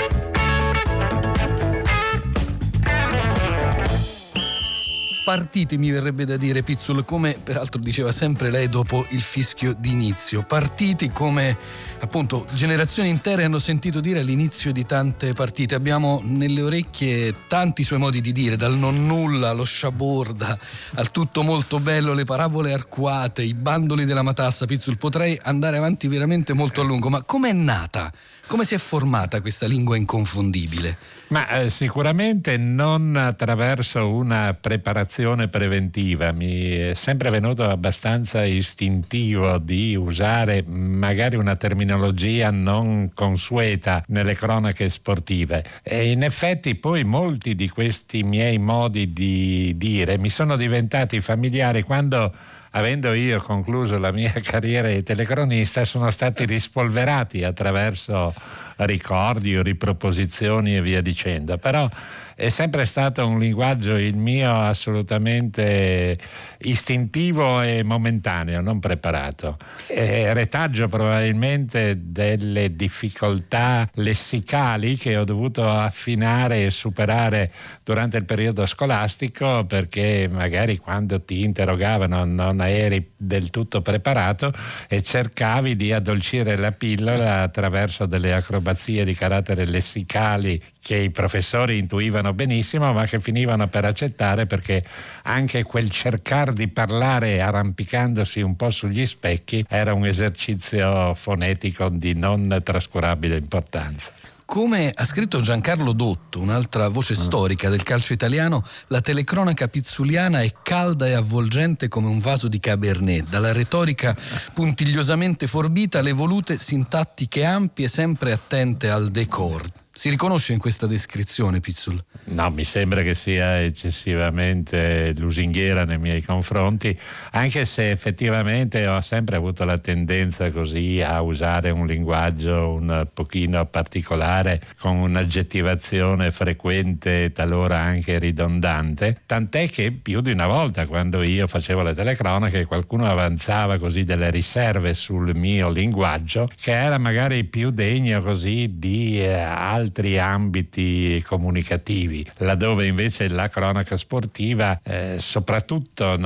Partiti, mi verrebbe da dire, Pizzul, come peraltro diceva sempre lei dopo il fischio d'inizio. Partiti come, appunto, generazioni intere hanno sentito dire all'inizio di tante partite. Abbiamo nelle orecchie tanti suoi modi di dire, dal non nulla allo sciaborda, al tutto molto bello, le parabole arcuate, i bandoli della matassa. Pizzul, potrei andare avanti veramente molto a lungo, ma com'è nata? Come si è formata questa lingua inconfondibile? Ma sicuramente non attraverso una preparazione preventiva. Mi è sempre venuto abbastanza istintivo di usare magari una terminologia non consueta nelle cronache sportive, e in effetti poi molti di questi miei modi di dire mi sono diventati familiari quando, avendo io concluso la mia carriera di telecronista, sono stati rispolverati attraverso ricordi o riproposizioni e via dicendo. Però è sempre stato un linguaggio, il mio, assolutamente istintivo e momentaneo, non preparato. Retaggio probabilmente delle difficoltà lessicali che ho dovuto affinare e superare durante il periodo scolastico, perché magari quando ti interrogavano non eri del tutto preparato e cercavi di addolcire la pillola attraverso delle acrobazie di carattere lessicali che i professori intuivano benissimo, ma che finivano per accettare, perché anche quel cercare di parlare arrampicandosi un po' sugli specchi era un esercizio fonetico di non trascurabile importanza. Come ha scritto Giancarlo Dotto, un'altra voce storica del calcio italiano, la telecronaca pizzuliana è calda e avvolgente come un vaso di Cabernet, dalla retorica puntigliosamente forbita alle volute sintattiche ampie, sempre attente al decor. Si riconosce in questa descrizione, Pizzul? No, mi sembra che sia eccessivamente lusinghiera nei miei confronti, anche se effettivamente ho sempre avuto la tendenza così a usare un linguaggio un pochino particolare, con un'aggettivazione frequente, talora anche ridondante, tant'è che più di una volta, quando io facevo le telecronache, qualcuno avanzava così delle riserve sul mio linguaggio, che era magari più degno così di altri ambiti comunicativi, laddove invece la cronaca sportiva soprattutto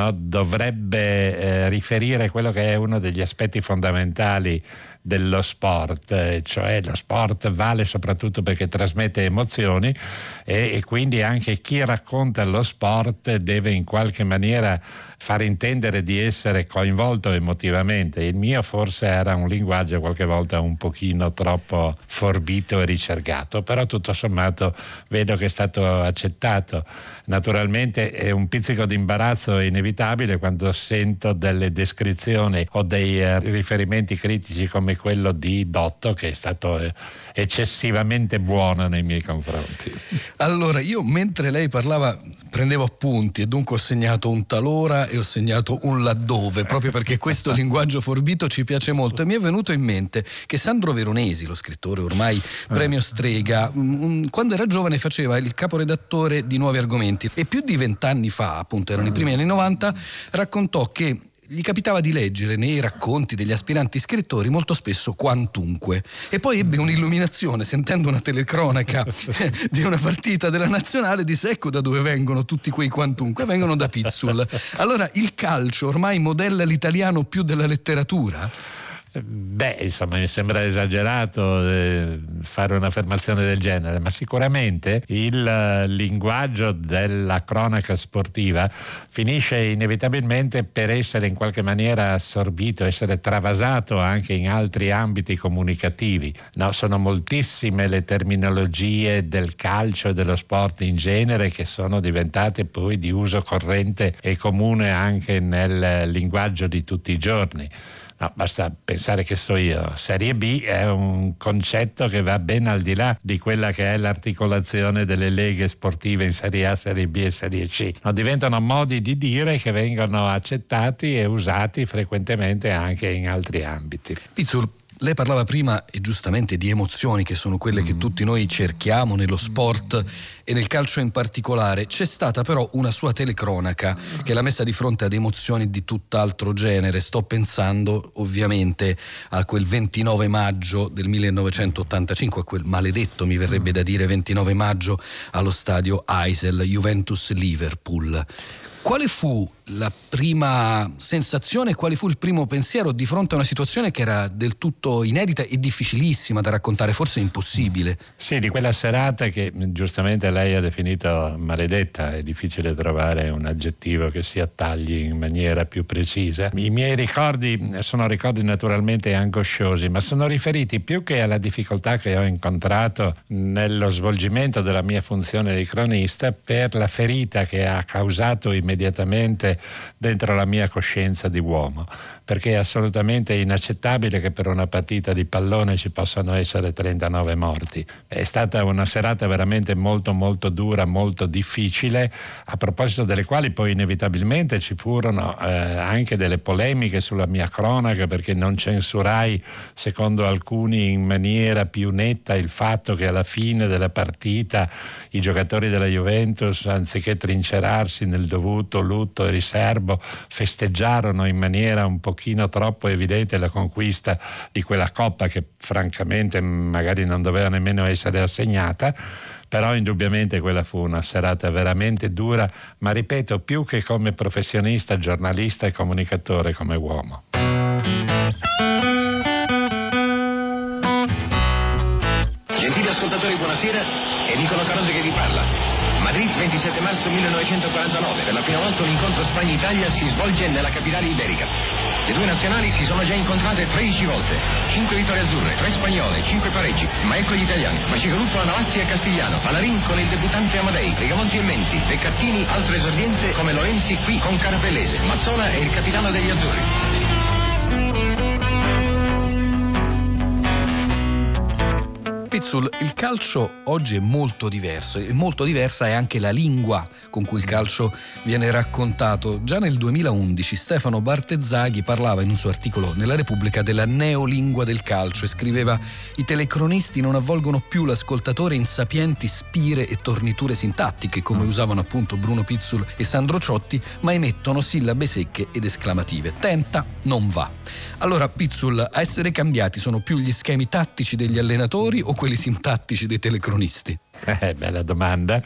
dovrebbe riferire quello che è uno degli aspetti fondamentali dello sport, cioè lo sport vale soprattutto perché trasmette emozioni e quindi anche chi racconta lo sport deve in qualche maniera far intendere di essere coinvolto emotivamente. Il mio forse era un linguaggio qualche volta un pochino troppo forbito e ricercato, però tutto sommato vedo che è stato accettato. Naturalmente è un pizzico di imbarazzo inevitabile quando sento delle descrizioni o dei riferimenti critici come quello di Dotto, che è stato eccessivamente buono nei miei confronti. Allora, io mentre lei parlava prendevo appunti e dunque ho segnato un talora e ho segnato un laddove, proprio perché questo linguaggio forbito ci piace molto, e mi è venuto in mente che Sandro Veronesi, lo scrittore ormai premio Strega, quando era giovane faceva il caporedattore di Nuovi Argomenti e più di 20 anni fa, appunto erano i primi anni 90, raccontò che gli capitava di leggere nei racconti degli aspiranti scrittori molto spesso quantunque, e poi ebbe un'illuminazione sentendo una telecronaca di una partita della nazionale, disse: ecco da dove vengono tutti quei quantunque, vengono da Pizzul. Allora il calcio ormai modella l'italiano più della letteratura? Beh, insomma, mi sembra esagerato fare un'affermazione del genere, ma sicuramente il linguaggio della cronaca sportiva finisce inevitabilmente per essere in qualche maniera assorbito, essere travasato anche in altri ambiti comunicativi. No, sono moltissime le terminologie del calcio e dello sport in genere che sono diventate poi di uso corrente e comune anche nel linguaggio di tutti i giorni. No, basta pensare che so io, Serie B è un concetto che va ben al di là di quella che è l'articolazione delle leghe sportive in Serie A, Serie B e Serie C. No, diventano modi di dire che vengono accettati e usati frequentemente anche in altri ambiti. Pizzul, lei parlava prima, e giustamente, di emozioni che sono quelle che tutti noi cerchiamo nello sport e nel calcio in particolare. C'è stata però una sua telecronaca che l'ha messa di fronte ad emozioni di tutt'altro genere. Sto pensando ovviamente a quel 29 maggio del 1985, a quel maledetto, mi verrebbe da dire, 29 maggio allo stadio Heysel, Juventus-Liverpool. Quale fu la prima sensazione, quale fu il primo pensiero di fronte a una situazione che era del tutto inedita e difficilissima da raccontare, forse impossibile? Sì, di quella serata che giustamente lei ha definito maledetta. È difficile trovare un aggettivo che si attagli in maniera più precisa. I miei ricordi sono ricordi naturalmente angosciosi, ma sono riferiti più che alla difficoltà che ho incontrato nello svolgimento della mia funzione di cronista per la ferita che ha causato immediatamente dentro la mia coscienza di uomo, perché è assolutamente inaccettabile che per una partita di pallone ci possano essere 39 morti. È stata una serata veramente molto molto dura, molto difficile, a proposito delle quali poi inevitabilmente ci furono anche delle polemiche sulla mia cronaca, perché non censurai, secondo alcuni in maniera più netta, il fatto che alla fine della partita i giocatori della Juventus, anziché trincerarsi nel dovuto lutto e riservo, festeggiarono in maniera un pochino troppo evidente la conquista di quella coppa che francamente magari non doveva nemmeno essere assegnata. Però indubbiamente quella fu una serata veramente dura, ma ripeto, più che come professionista, giornalista e comunicatore, come uomo. Gentili ascoltatori, buonasera. È Nicola Caronte che vi parla. Madrid, 27 marzo 1949. Per la prima volta un incontro Spagna-Italia si svolge nella capitale iberica. Le due nazionali si sono già incontrate 13 volte. 5 vittorie azzurre, 3 spagnole, 5 pareggi. Ma ecco gli italiani. Bacigalupo a Navassi e Castigliano. Alarin con il debuttante Amadei. Rigamonti e Menti. Beccattini, altro esordiente come Lorenzi qui con Carapellese. Mazzola è il capitano degli azzurri. Pizzul, il calcio oggi è molto diverso e molto diversa è anche la lingua con cui il calcio viene raccontato. Già nel 2011 Stefano Bartezzaghi parlava in un suo articolo nella Repubblica della neolingua del calcio e scriveva: i telecronisti non avvolgono più l'ascoltatore in sapienti spire e torniture sintattiche come usavano appunto Bruno Pizzul e Sandro Ciotti, ma emettono sillabe secche ed esclamative. Tenta, non va. Allora, Pizzul, a essere cambiati sono più gli schemi tattici degli allenatori o quelli sintattici dei telecronisti? Bella domanda.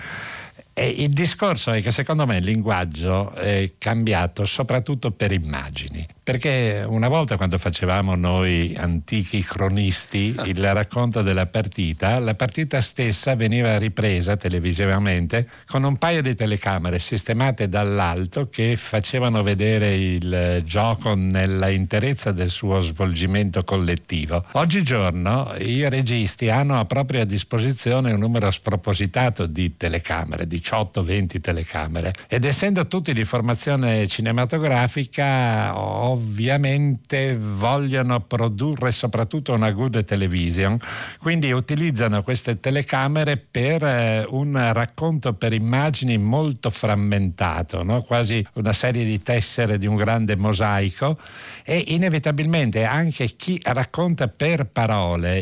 E il discorso è che secondo me il linguaggio è cambiato soprattutto per immagini, perché una volta, quando facevamo noi antichi cronisti il racconto della partita, la partita stessa veniva ripresa televisivamente con un paio di telecamere sistemate dall'alto che facevano vedere il gioco nella interezza del suo svolgimento collettivo. Oggigiorno i registi hanno a propria disposizione un numero spropositato di telecamere, 18-20 telecamere, ed essendo tutti di formazione cinematografica ovviamente vogliono produrre soprattutto una good television, quindi utilizzano queste telecamere per un racconto per immagini molto frammentato, no? Quasi una serie di tessere di un grande mosaico, e inevitabilmente anche chi racconta per parole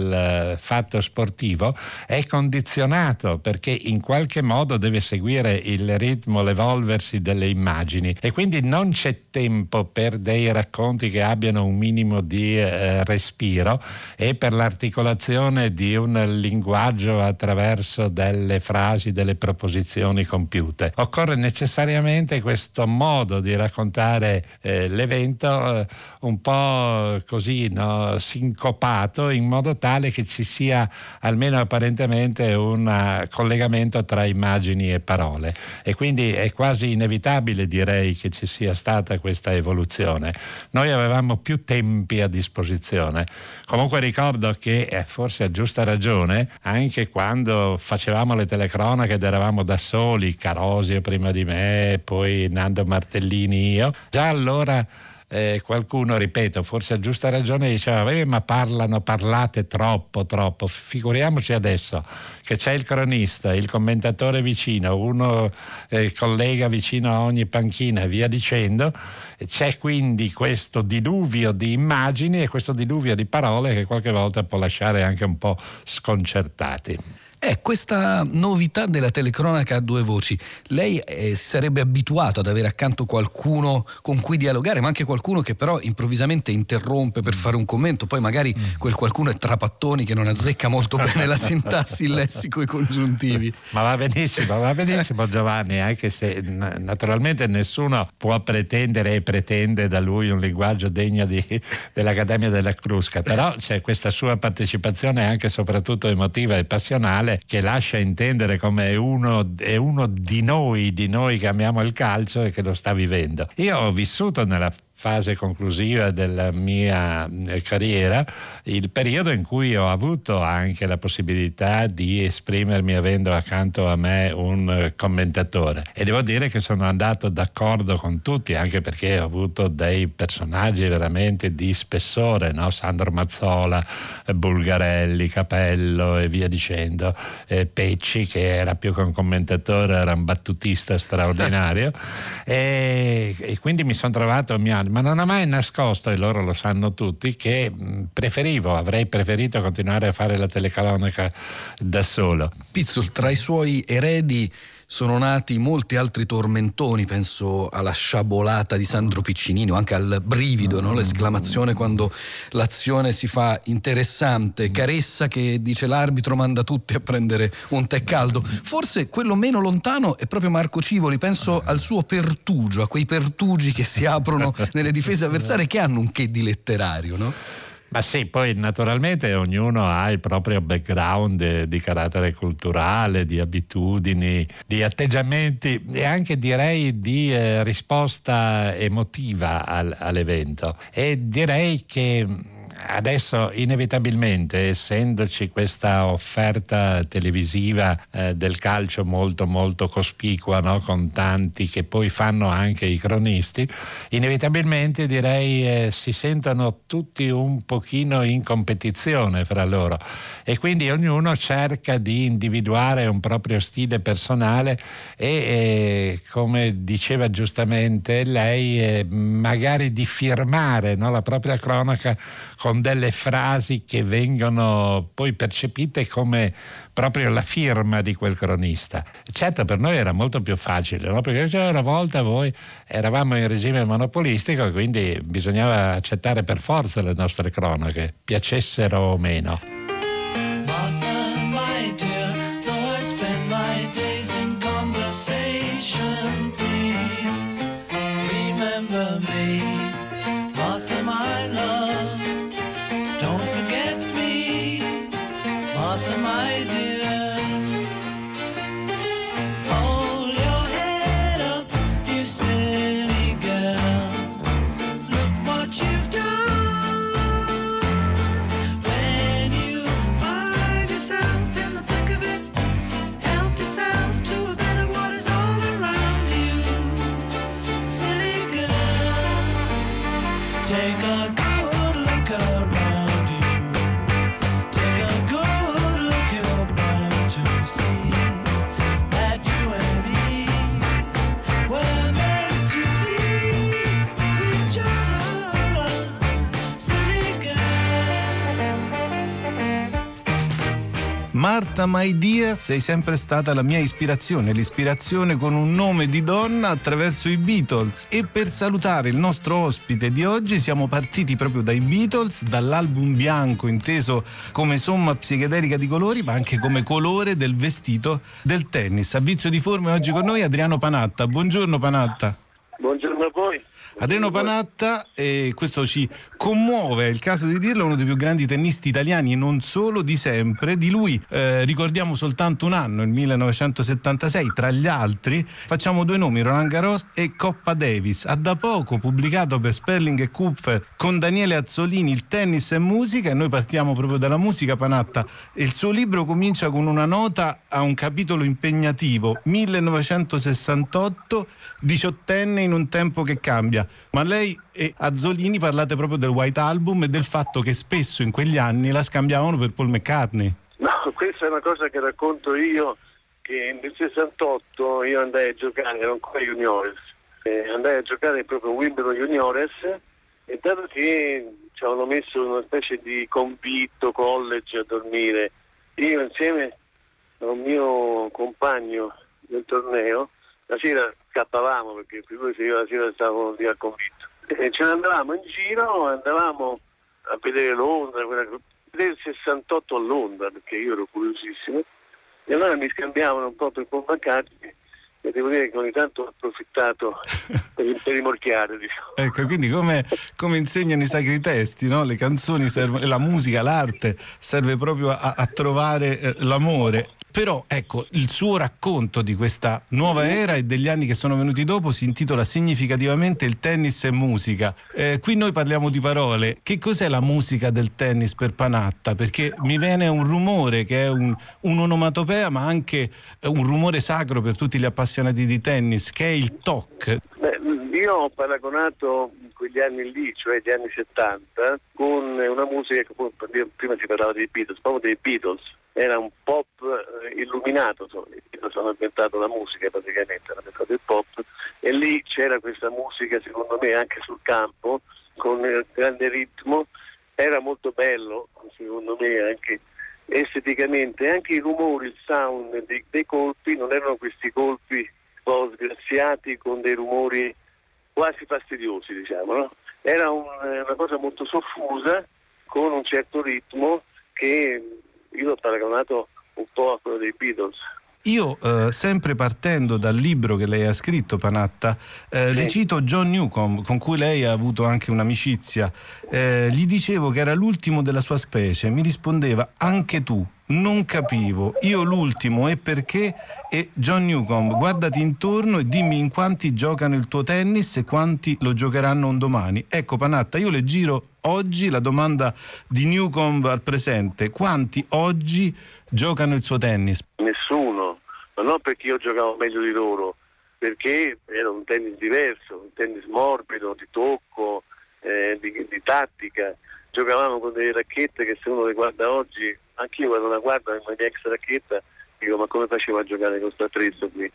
il fatto sportivo è condizionato, perché in qualche modo deve seguire il ritmo, l'evolversi delle immagini, e quindi non c'è tempo per dei racconti che abbiano un minimo di respiro e per l'articolazione di un linguaggio attraverso delle frasi, delle proposizioni compiute. Occorre necessariamente questo modo di raccontare l'evento un po' così, no? Sincopato, in modo tale che ci sia almeno apparentemente un collegamento tra immagini e parole, e quindi è quasi inevitabile, direi, che ci sia stata questa evoluzione. Noi avevamo più tempi a disposizione. Comunque ricordo che forse a giusta ragione, anche quando facevamo le telecronache ed eravamo da soli, Carosio prima di me, poi Nando Martellini, io, già allora qualcuno, ripeto, forse a giusta ragione diceva ma parlate troppo, figuriamoci adesso che c'è il cronista, il commentatore vicino, uno collega vicino a ogni panchina e via dicendo. C'è quindi questo diluvio di immagini e questo diluvio di parole che qualche volta può lasciare anche un po' sconcertati. Questa novità della telecronaca a due voci, lei si sarebbe abituato ad avere accanto qualcuno con cui dialogare, ma anche qualcuno che però improvvisamente interrompe per fare un commento, poi magari quel qualcuno è Trapattoni che non azzecca molto bene la sintassi, il lessico, i congiuntivi. Ma va benissimo Giovanni, anche se naturalmente nessuno può pretendere e pretende da lui un linguaggio degno dell'Accademia della Crusca, però c'è questa sua partecipazione anche e soprattutto emotiva e passionale che lascia intendere come è uno di noi che amiamo il calcio e che lo sta vivendo. Io ho vissuto nella fase conclusiva della mia carriera il periodo in cui ho avuto anche la possibilità di esprimermi avendo accanto a me un commentatore, e devo dire che sono andato d'accordo con tutti, anche perché ho avuto dei personaggi veramente di spessore, no? Sandro Mazzola, Bulgarelli, Capello e via dicendo, Pecci che era più che un commentatore, era un battutista straordinario e quindi mi sono trovato ma non ho mai nascosto, e loro lo sanno tutti, che avrei preferito continuare a fare la telecronaca da solo. Pizzol, tra i suoi eredi sono nati molti altri tormentoni, penso alla sciabolata di Sandro Piccinini o anche al brivido, no? L'esclamazione quando l'azione si fa interessante, Caressa che dice l'arbitro manda tutti a prendere un tè caldo. Forse quello meno lontano è proprio Marco Civoli, penso al suo pertugio, a quei pertugi che si aprono nelle difese avversarie che hanno un che di letterario, no? Ma sì, poi naturalmente ognuno ha il proprio background di carattere culturale, di abitudini, di atteggiamenti e anche direi di risposta emotiva all'evento. E direi che adesso inevitabilmente, essendoci questa offerta televisiva del calcio molto molto cospicua, no? Con tanti che poi fanno anche i cronisti, inevitabilmente direi si sentono tutti un pochino in competizione fra loro e quindi ognuno cerca di individuare un proprio stile personale e come diceva giustamente lei, magari di firmare, no? La propria cronaca con delle frasi che vengono poi percepite come proprio la firma di quel cronista. Certo, per noi era molto più facile, no? Perché una volta voi eravamo in regime monopolistico e quindi bisognava accettare per forza le nostre cronache, piacessero o meno. Martha, my dear, though I spend my days in conversation, please remember me. Martha, my love, don't forget me. Martha, my dear, hold your head up, you silly girl. Look what you've done. When you find yourself in the thick of it, help yourself to a bit of what is all around you. Silly girl, take a good look around you. Take a good look, you're bound to see that you and me were meant to be with each other. Silly girl. Martha, my dear, sei sempre stata la mia ispirazione, l'ispirazione con un nome di donna attraverso i Beatles. E per salutare il nostro ospite di oggi siamo partiti proprio dai Beatles, dall'album bianco inteso come somma psichedelica di colori, ma anche come colore del vestito del tennis. A vizio di forme oggi con noi Adriano Panatta. Buongiorno Panatta. Buongiorno a voi. Adriano Panatta, questo ci commuove, è il caso di dirlo, è uno dei più grandi tennisti italiani e non solo di sempre. Di lui ricordiamo soltanto un anno, il 1976, tra gli altri facciamo due nomi, Roland Garros e Coppa Davis. Ha da poco pubblicato per Sperling e Kupfer con Daniele Azzolini Il tennis e musica, e noi partiamo proprio dalla musica, Panatta. Il suo libro comincia con una nota a un capitolo impegnativo, 1968, 18enne in in un tempo che cambia, ma lei e Azzolini parlate proprio del White Album e del fatto che spesso in quegli anni la scambiavano per Paul McCartney. No, questa è una cosa che racconto io, che nel 68 io andai a giocare, ero ancora juniores, andai a giocare proprio Wimbledon juniores, e dato che ci avevano messo una specie di convitto college a dormire, io insieme a un mio compagno del torneo, la sera scappavamo, perché figurati io la sera stavo lì al convitto, e ce ne andavamo in giro, andavamo a vedere Londra, del 68 a Londra, perché io ero curiosissimo, e allora mi scambiavano un po' per Paul McCartney, e devo dire che ogni tanto ho approfittato per rimorchiare, diciamo. Ecco, quindi come insegnano i sacri testi, no? Le canzoni servono, la musica, l'arte serve proprio a trovare l'amore. Però ecco, il suo racconto di questa nuova era e degli anni che sono venuti dopo si intitola significativamente Il tennis e musica. Qui noi parliamo di parole. Che cos'è la musica del tennis per Panatta? Perché mi viene un rumore che è un'onomatopea, ma anche un rumore sacro per tutti gli appassionati di tennis, che è il toc. Io ho paragonato quegli anni lì, cioè gli anni 70, con una musica che prima si parlava dei Beatles, proprio dei Beatles. Era un pop illuminato, i Beatles hanno inventato la musica praticamente, hanno inventato il pop, e lì c'era questa musica, secondo me, anche sul campo, con grande ritmo, era molto bello, secondo me, anche esteticamente, anche i rumori, il sound dei colpi non erano questi colpi un po' sgraziati con dei rumori quasi fastidiosi, diciamo, no? Era una cosa molto soffusa, con un certo ritmo che io l'ho paragonato un po' a quello dei Beatles. Io, sempre partendo dal libro che lei ha scritto, Panatta, le cito John Newcombe, con cui lei ha avuto anche un'amicizia. Gli dicevo che era l'ultimo della sua specie, mi rispondeva: anche tu. Non capivo, io l'ultimo, e perché? E John Newcombe: guardati intorno e dimmi in quanti giocano il tuo tennis e quanti lo giocheranno un domani. Ecco, Panatta, io le giro oggi la domanda di Newcombe al presente: quanti oggi giocano il suo tennis? Nessuno, ma non perché io giocavo meglio di loro, perché era un tennis diverso, un tennis morbido, di tocco, di tattica. Giocavamo con delle racchette che, se uno le guarda oggi, anch'io quando la guardo la mia ex racchetta dico: ma come facevo a giocare con questo attrezzo qui?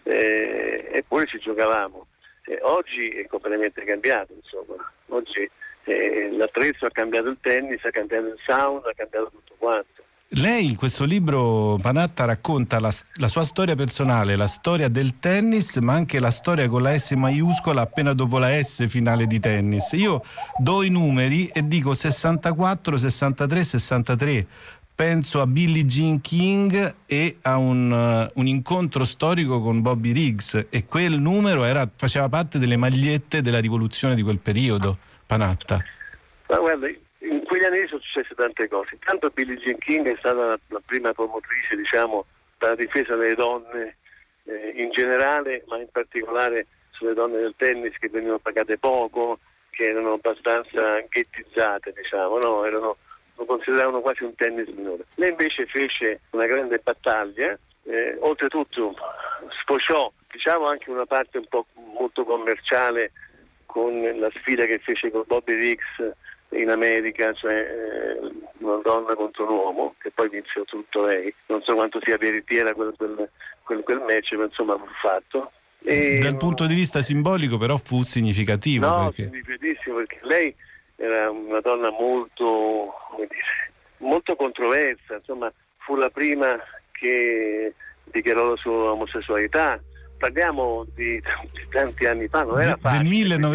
Eppure ci giocavamo. Oggi è completamente cambiato, insomma. Oggi l'attrezzo ha cambiato il tennis, ha cambiato il sound, ha cambiato tutto quanto. Lei in questo libro, Panatta, racconta la sua storia personale, la storia del tennis, ma anche la storia con la S maiuscola appena dopo la S finale di tennis. Io do i numeri e dico 64, 63, 63. Penso a Billie Jean King e a un incontro storico con Bobby Riggs, e quel numero faceva parte delle magliette della rivoluzione di quel periodo, Panatta. Ma guarda, in quegli anni sono successe tante cose. Intanto Billie Jean King è stata la prima promotrice, diciamo, della difesa delle donne in generale, ma in particolare sulle donne del tennis, che venivano pagate poco, che erano abbastanza ghettizzate, diciamo, no? Lo consideravano quasi un tennis minore. Lei invece fece una grande battaglia, oltretutto sfociò, diciamo, anche una parte un po' molto commerciale con la sfida che fece con Bobby Riggs in America, cioè una donna contro un uomo, che poi vinse tutto lei. Non so quanto sia veritiera quel match, ma insomma fu fatto. Dal punto di vista simbolico però fu significativo. No, perché... significativissimo, perché lei era una donna molto, come dire, molto controversa, insomma, fu la prima che dichiarò la sua omosessualità. Parliamo di tanti anni fa, non era facile. Del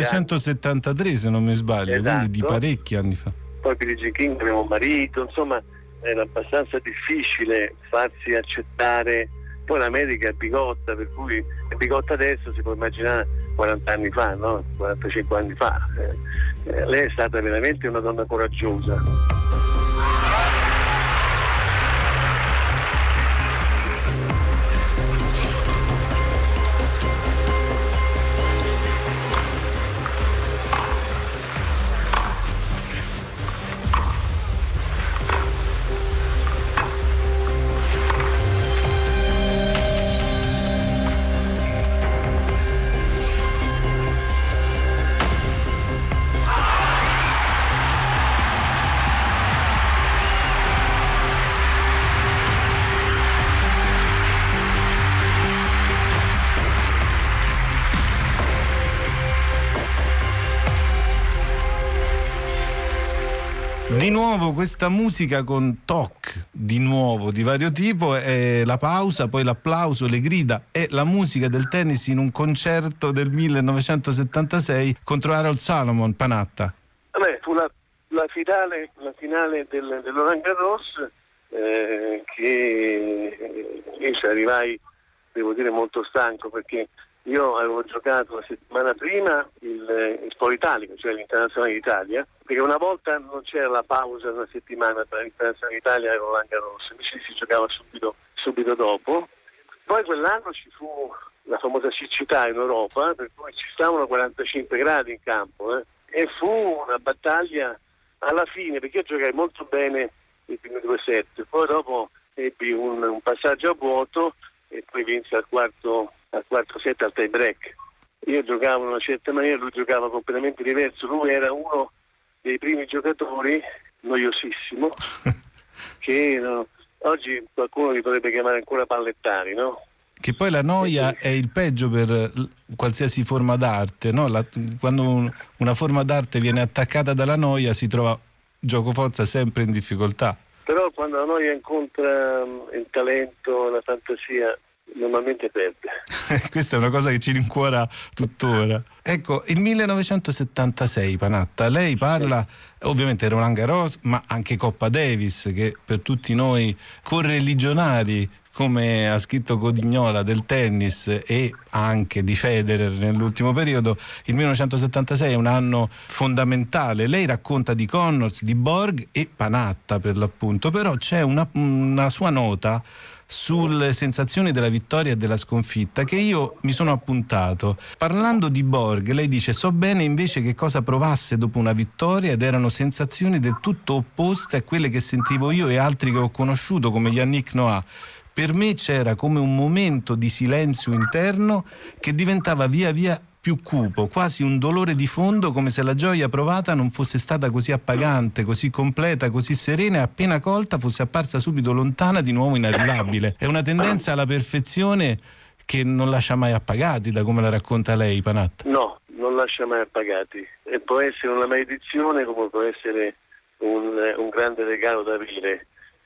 1973, se non mi sbaglio, esatto. Quindi di parecchi anni fa. Poi Billie Jean King aveva un marito, insomma, era abbastanza difficile farsi accettare. Poi l'America è bigotta, per cui è bigotta adesso, si può immaginare 40 anni fa, no? 45 anni fa. Lei è stata veramente una donna coraggiosa. Di nuovo questa musica con toc, di nuovo di vario tipo, è la pausa, poi l'applauso, le grida e la musica del tennis in un concerto del 1976 contro Harold Salomon, Panatta. Fu la finale del Roland Garros, che io ci arrivai, devo dire, molto stanco, perché io avevo giocato la settimana prima il Polo Italico, cioè l'Internazionale d'Italia, perché una volta non c'era la pausa una settimana tra l'Internazionale d'Italia e Roland Garros, invece si giocava subito dopo. Poi quell'anno ci fu la famosa siccità in Europa, per cui ci stavano 45 gradi in campo, e fu una battaglia alla fine, perché io giocai molto bene i primi 2 set, poi dopo ebbi un passaggio a vuoto e poi vinse al quarto set al tie break. Io giocavo in una certa maniera, lui giocava completamente diverso. Lui era uno dei primi giocatori, noiosissimo, che oggi qualcuno li potrebbe chiamare ancora pallettari, no? Che poi la noia è il peggio per qualsiasi forma d'arte, no? Quando una forma d'arte viene attaccata dalla noia si trova giocoforza sempre in difficoltà. Però quando la noia incontra il talento, la fantasia, normalmente perde. Questa è una cosa che ci rincuora tuttora. Ecco, il 1976, Panatta, lei parla ovviamente Roland Garros, ma anche Coppa Davis, che per tutti noi correligionari, come ha scritto Codignola, del tennis e anche di Federer nell'ultimo periodo. Il 1976 è un anno fondamentale. Lei racconta di Connors, di Borg e Panatta per l'appunto, però c'è una sua nota sulle sensazioni della vittoria e della sconfitta che io mi sono appuntato. Parlando di Borg, lei dice: so bene invece che cosa provasse dopo una vittoria, ed erano sensazioni del tutto opposte a quelle che sentivo io e altri che ho conosciuto come Yannick Noah. Per me c'era come un momento di silenzio interno che diventava via via più cupo, quasi un dolore di fondo, come se la gioia provata non fosse stata così appagante, così completa, così serena, e appena colta fosse apparsa subito lontana, di nuovo inarrivabile. È una tendenza alla perfezione che non lascia mai appagati, da come la racconta lei, Panatta. No, non lascia mai appagati, e può essere una maledizione come può essere un grande regalo da avere,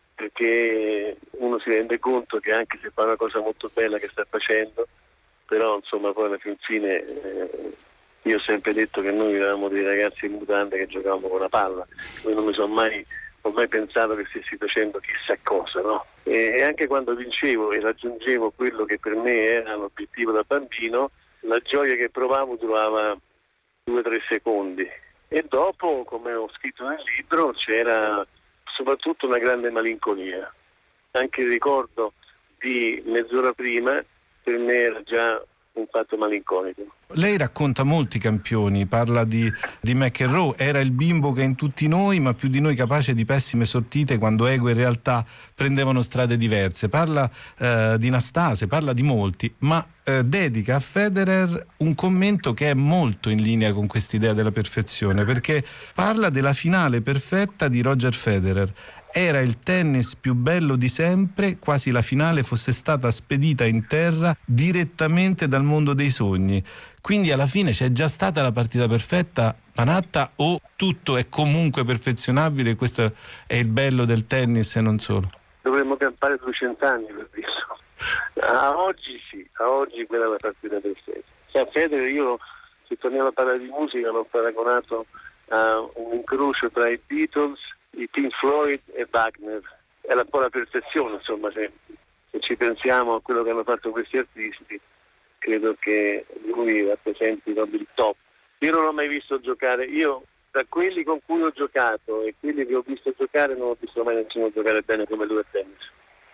perché uno si rende conto che anche se fa una cosa molto bella che sta facendo, però insomma poi alla fine io ho sempre detto che noi eravamo dei ragazzi in mutande che giocavamo con la palla, io non mi sono mai pensato che stessi facendo chissà cosa, no? E anche quando vincevo e raggiungevo quello che per me era l'obiettivo da bambino, la gioia che provavo durava 2 o 3 secondi, e dopo, come ho scritto nel libro, c'era soprattutto una grande malinconia. Anche il ricordo di mezz'ora prima per me era già un fatto malinconico. Lei racconta molti campioni, parla di McEnroe, era il bimbo che in tutti noi, ma più di noi capace di pessime sortite quando ego e realtà prendevano strade diverse, parla di Nastase, parla di molti, ma dedica a Federer un commento che è molto in linea con quest'idea della perfezione, perché parla della finale perfetta di Roger Federer. Era il tennis più bello di sempre, quasi la finale fosse stata spedita in terra direttamente dal mondo dei sogni. Quindi alla fine c'è già stata la partita perfetta, Panatta, o tutto è comunque perfezionabile e questo è il bello del tennis e non solo? Dovremmo campare 200 anni per dirlo. A oggi sì, a oggi quella è la partita perfetta. Cioè, Federer, io, se torniamo a parlare di musica, l'ho paragonato a un incrocio tra i Beatles, i Pink Floyd e Wagner. È un po' la perfezione, insomma, se ci pensiamo a quello che hanno fatto questi artisti, credo che lui rappresenti il top. Io non l'ho mai visto giocare, io tra quelli con cui ho giocato e quelli che ho visto giocare non ho visto mai nessuno giocare bene come lui a tennis.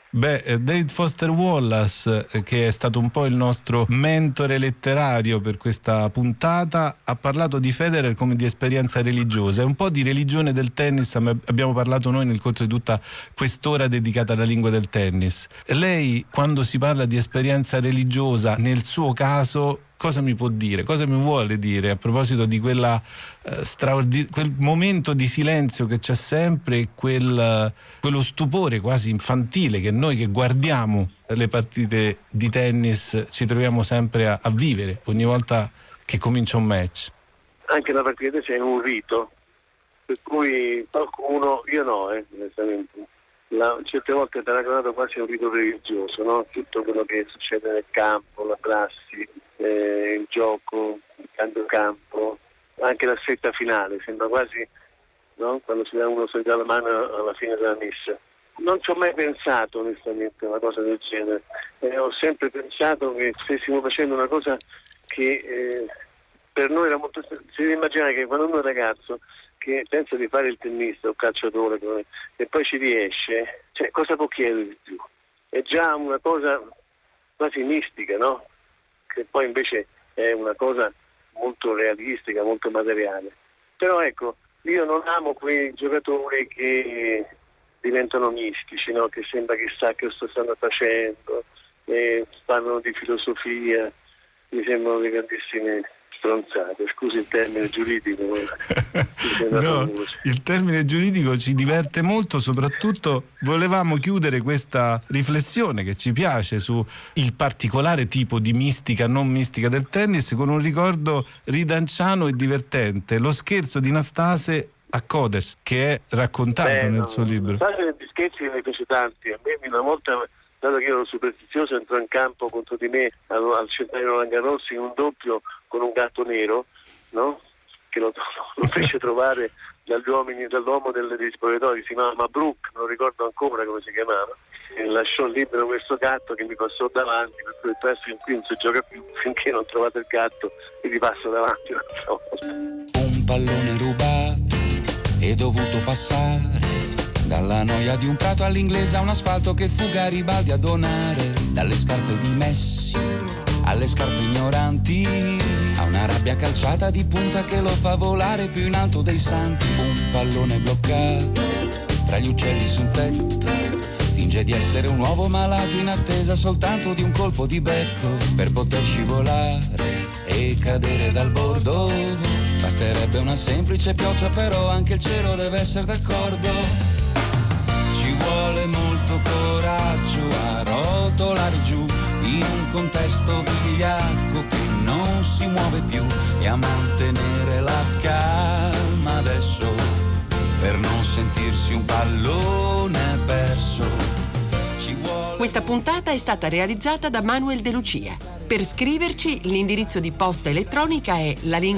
David Foster Wallace, che è stato un po' il nostro mentore letterario per questa puntata, ha parlato di Federer come di esperienza religiosa, e un po' di religione del tennis abbiamo parlato noi nel corso di tutta quest'ora dedicata alla lingua del tennis. Lei, quando si parla di esperienza religiosa, nel suo caso, cosa mi può dire? Cosa mi vuole dire a proposito di quella quel momento di silenzio che c'è sempre, quello stupore quasi infantile che noi che guardiamo le partite di tennis ci troviamo sempre a vivere ogni volta che comincia un match? Anche la partita c'è un rito, per cui qualcuno, io no, onestamente. Certe volte è paragonato quasi a un rito religioso, no? Tutto quello che succede nel campo, la prassi, il gioco, il campo, anche la stretta finale, sembra quasi, no? Quando uno si dà la mano alla fine della messa. Non ci ho mai pensato onestamente a una cosa del genere, ho sempre pensato che stessimo facendo una cosa che per noi era molto... Si deve immaginare che quando uno è ragazzo che pensa di fare il tennista o calciatore e poi ci riesce, cioè cosa può chiedere di più? È già una cosa quasi mistica, no? Che poi invece è una cosa molto realistica, molto materiale. Però ecco, io non amo quei giocatori che diventano mistici, no? Che sembra chissà che stanno facendo, parlano di filosofia, mi sembrano dei grandissimi stronzate, scusi il termine giuridico. No, il termine giuridico ci diverte molto, soprattutto volevamo chiudere questa riflessione che ci piace su il particolare tipo di mistica non mistica del tennis con un ricordo ridanciano e divertente, lo scherzo di Nastase a Kodes, che è raccontato nel suo libro. Sai, gli scherzi ne fece tanti, a me una volta, dato che io ero superstizioso, entrò in campo contro di me al centenario Roland Garros in un doppio con un gatto nero, no? Che lo fece trovare dall'uomo degli spogliatoi, si chiamava Brook, non ricordo ancora come si chiamava, e lasciò libero questo gatto che mi passò davanti, per cui presto in qui non si gioca più finché non trovate il gatto e vi passo davanti un'altra volta. Un pallone rubato è dovuto passare dalla noia di un prato all'inglese a un asfalto che fu Garibaldi a donare, dalle scarpe di Messi alle scarpe ignoranti, a una rabbia calciata di punta che lo fa volare più in alto dei santi. Un pallone bloccato fra gli uccelli sul tetto, finge di essere un uovo malato in attesa soltanto di un colpo di becco per poter scivolare e cadere dal bordo. Basterebbe una semplice pioggia, però anche il cielo deve essere d'accordo. Ci vuole molto coraggio a rotolare giù in un contesto vigliacco che non si muove più e a mantenere la calma adesso per non sentirsi un pallone perso. Questa puntata è stata realizzata da Manuel De Lucia. Per scriverci l'indirizzo di posta elettronica è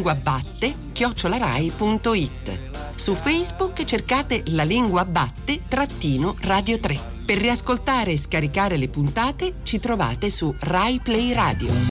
lalinguabatte@rai.it. Su Facebook cercate La Lingua Batte -Radio 3. Per riascoltare e scaricare le puntate ci trovate su Rai Play Radio.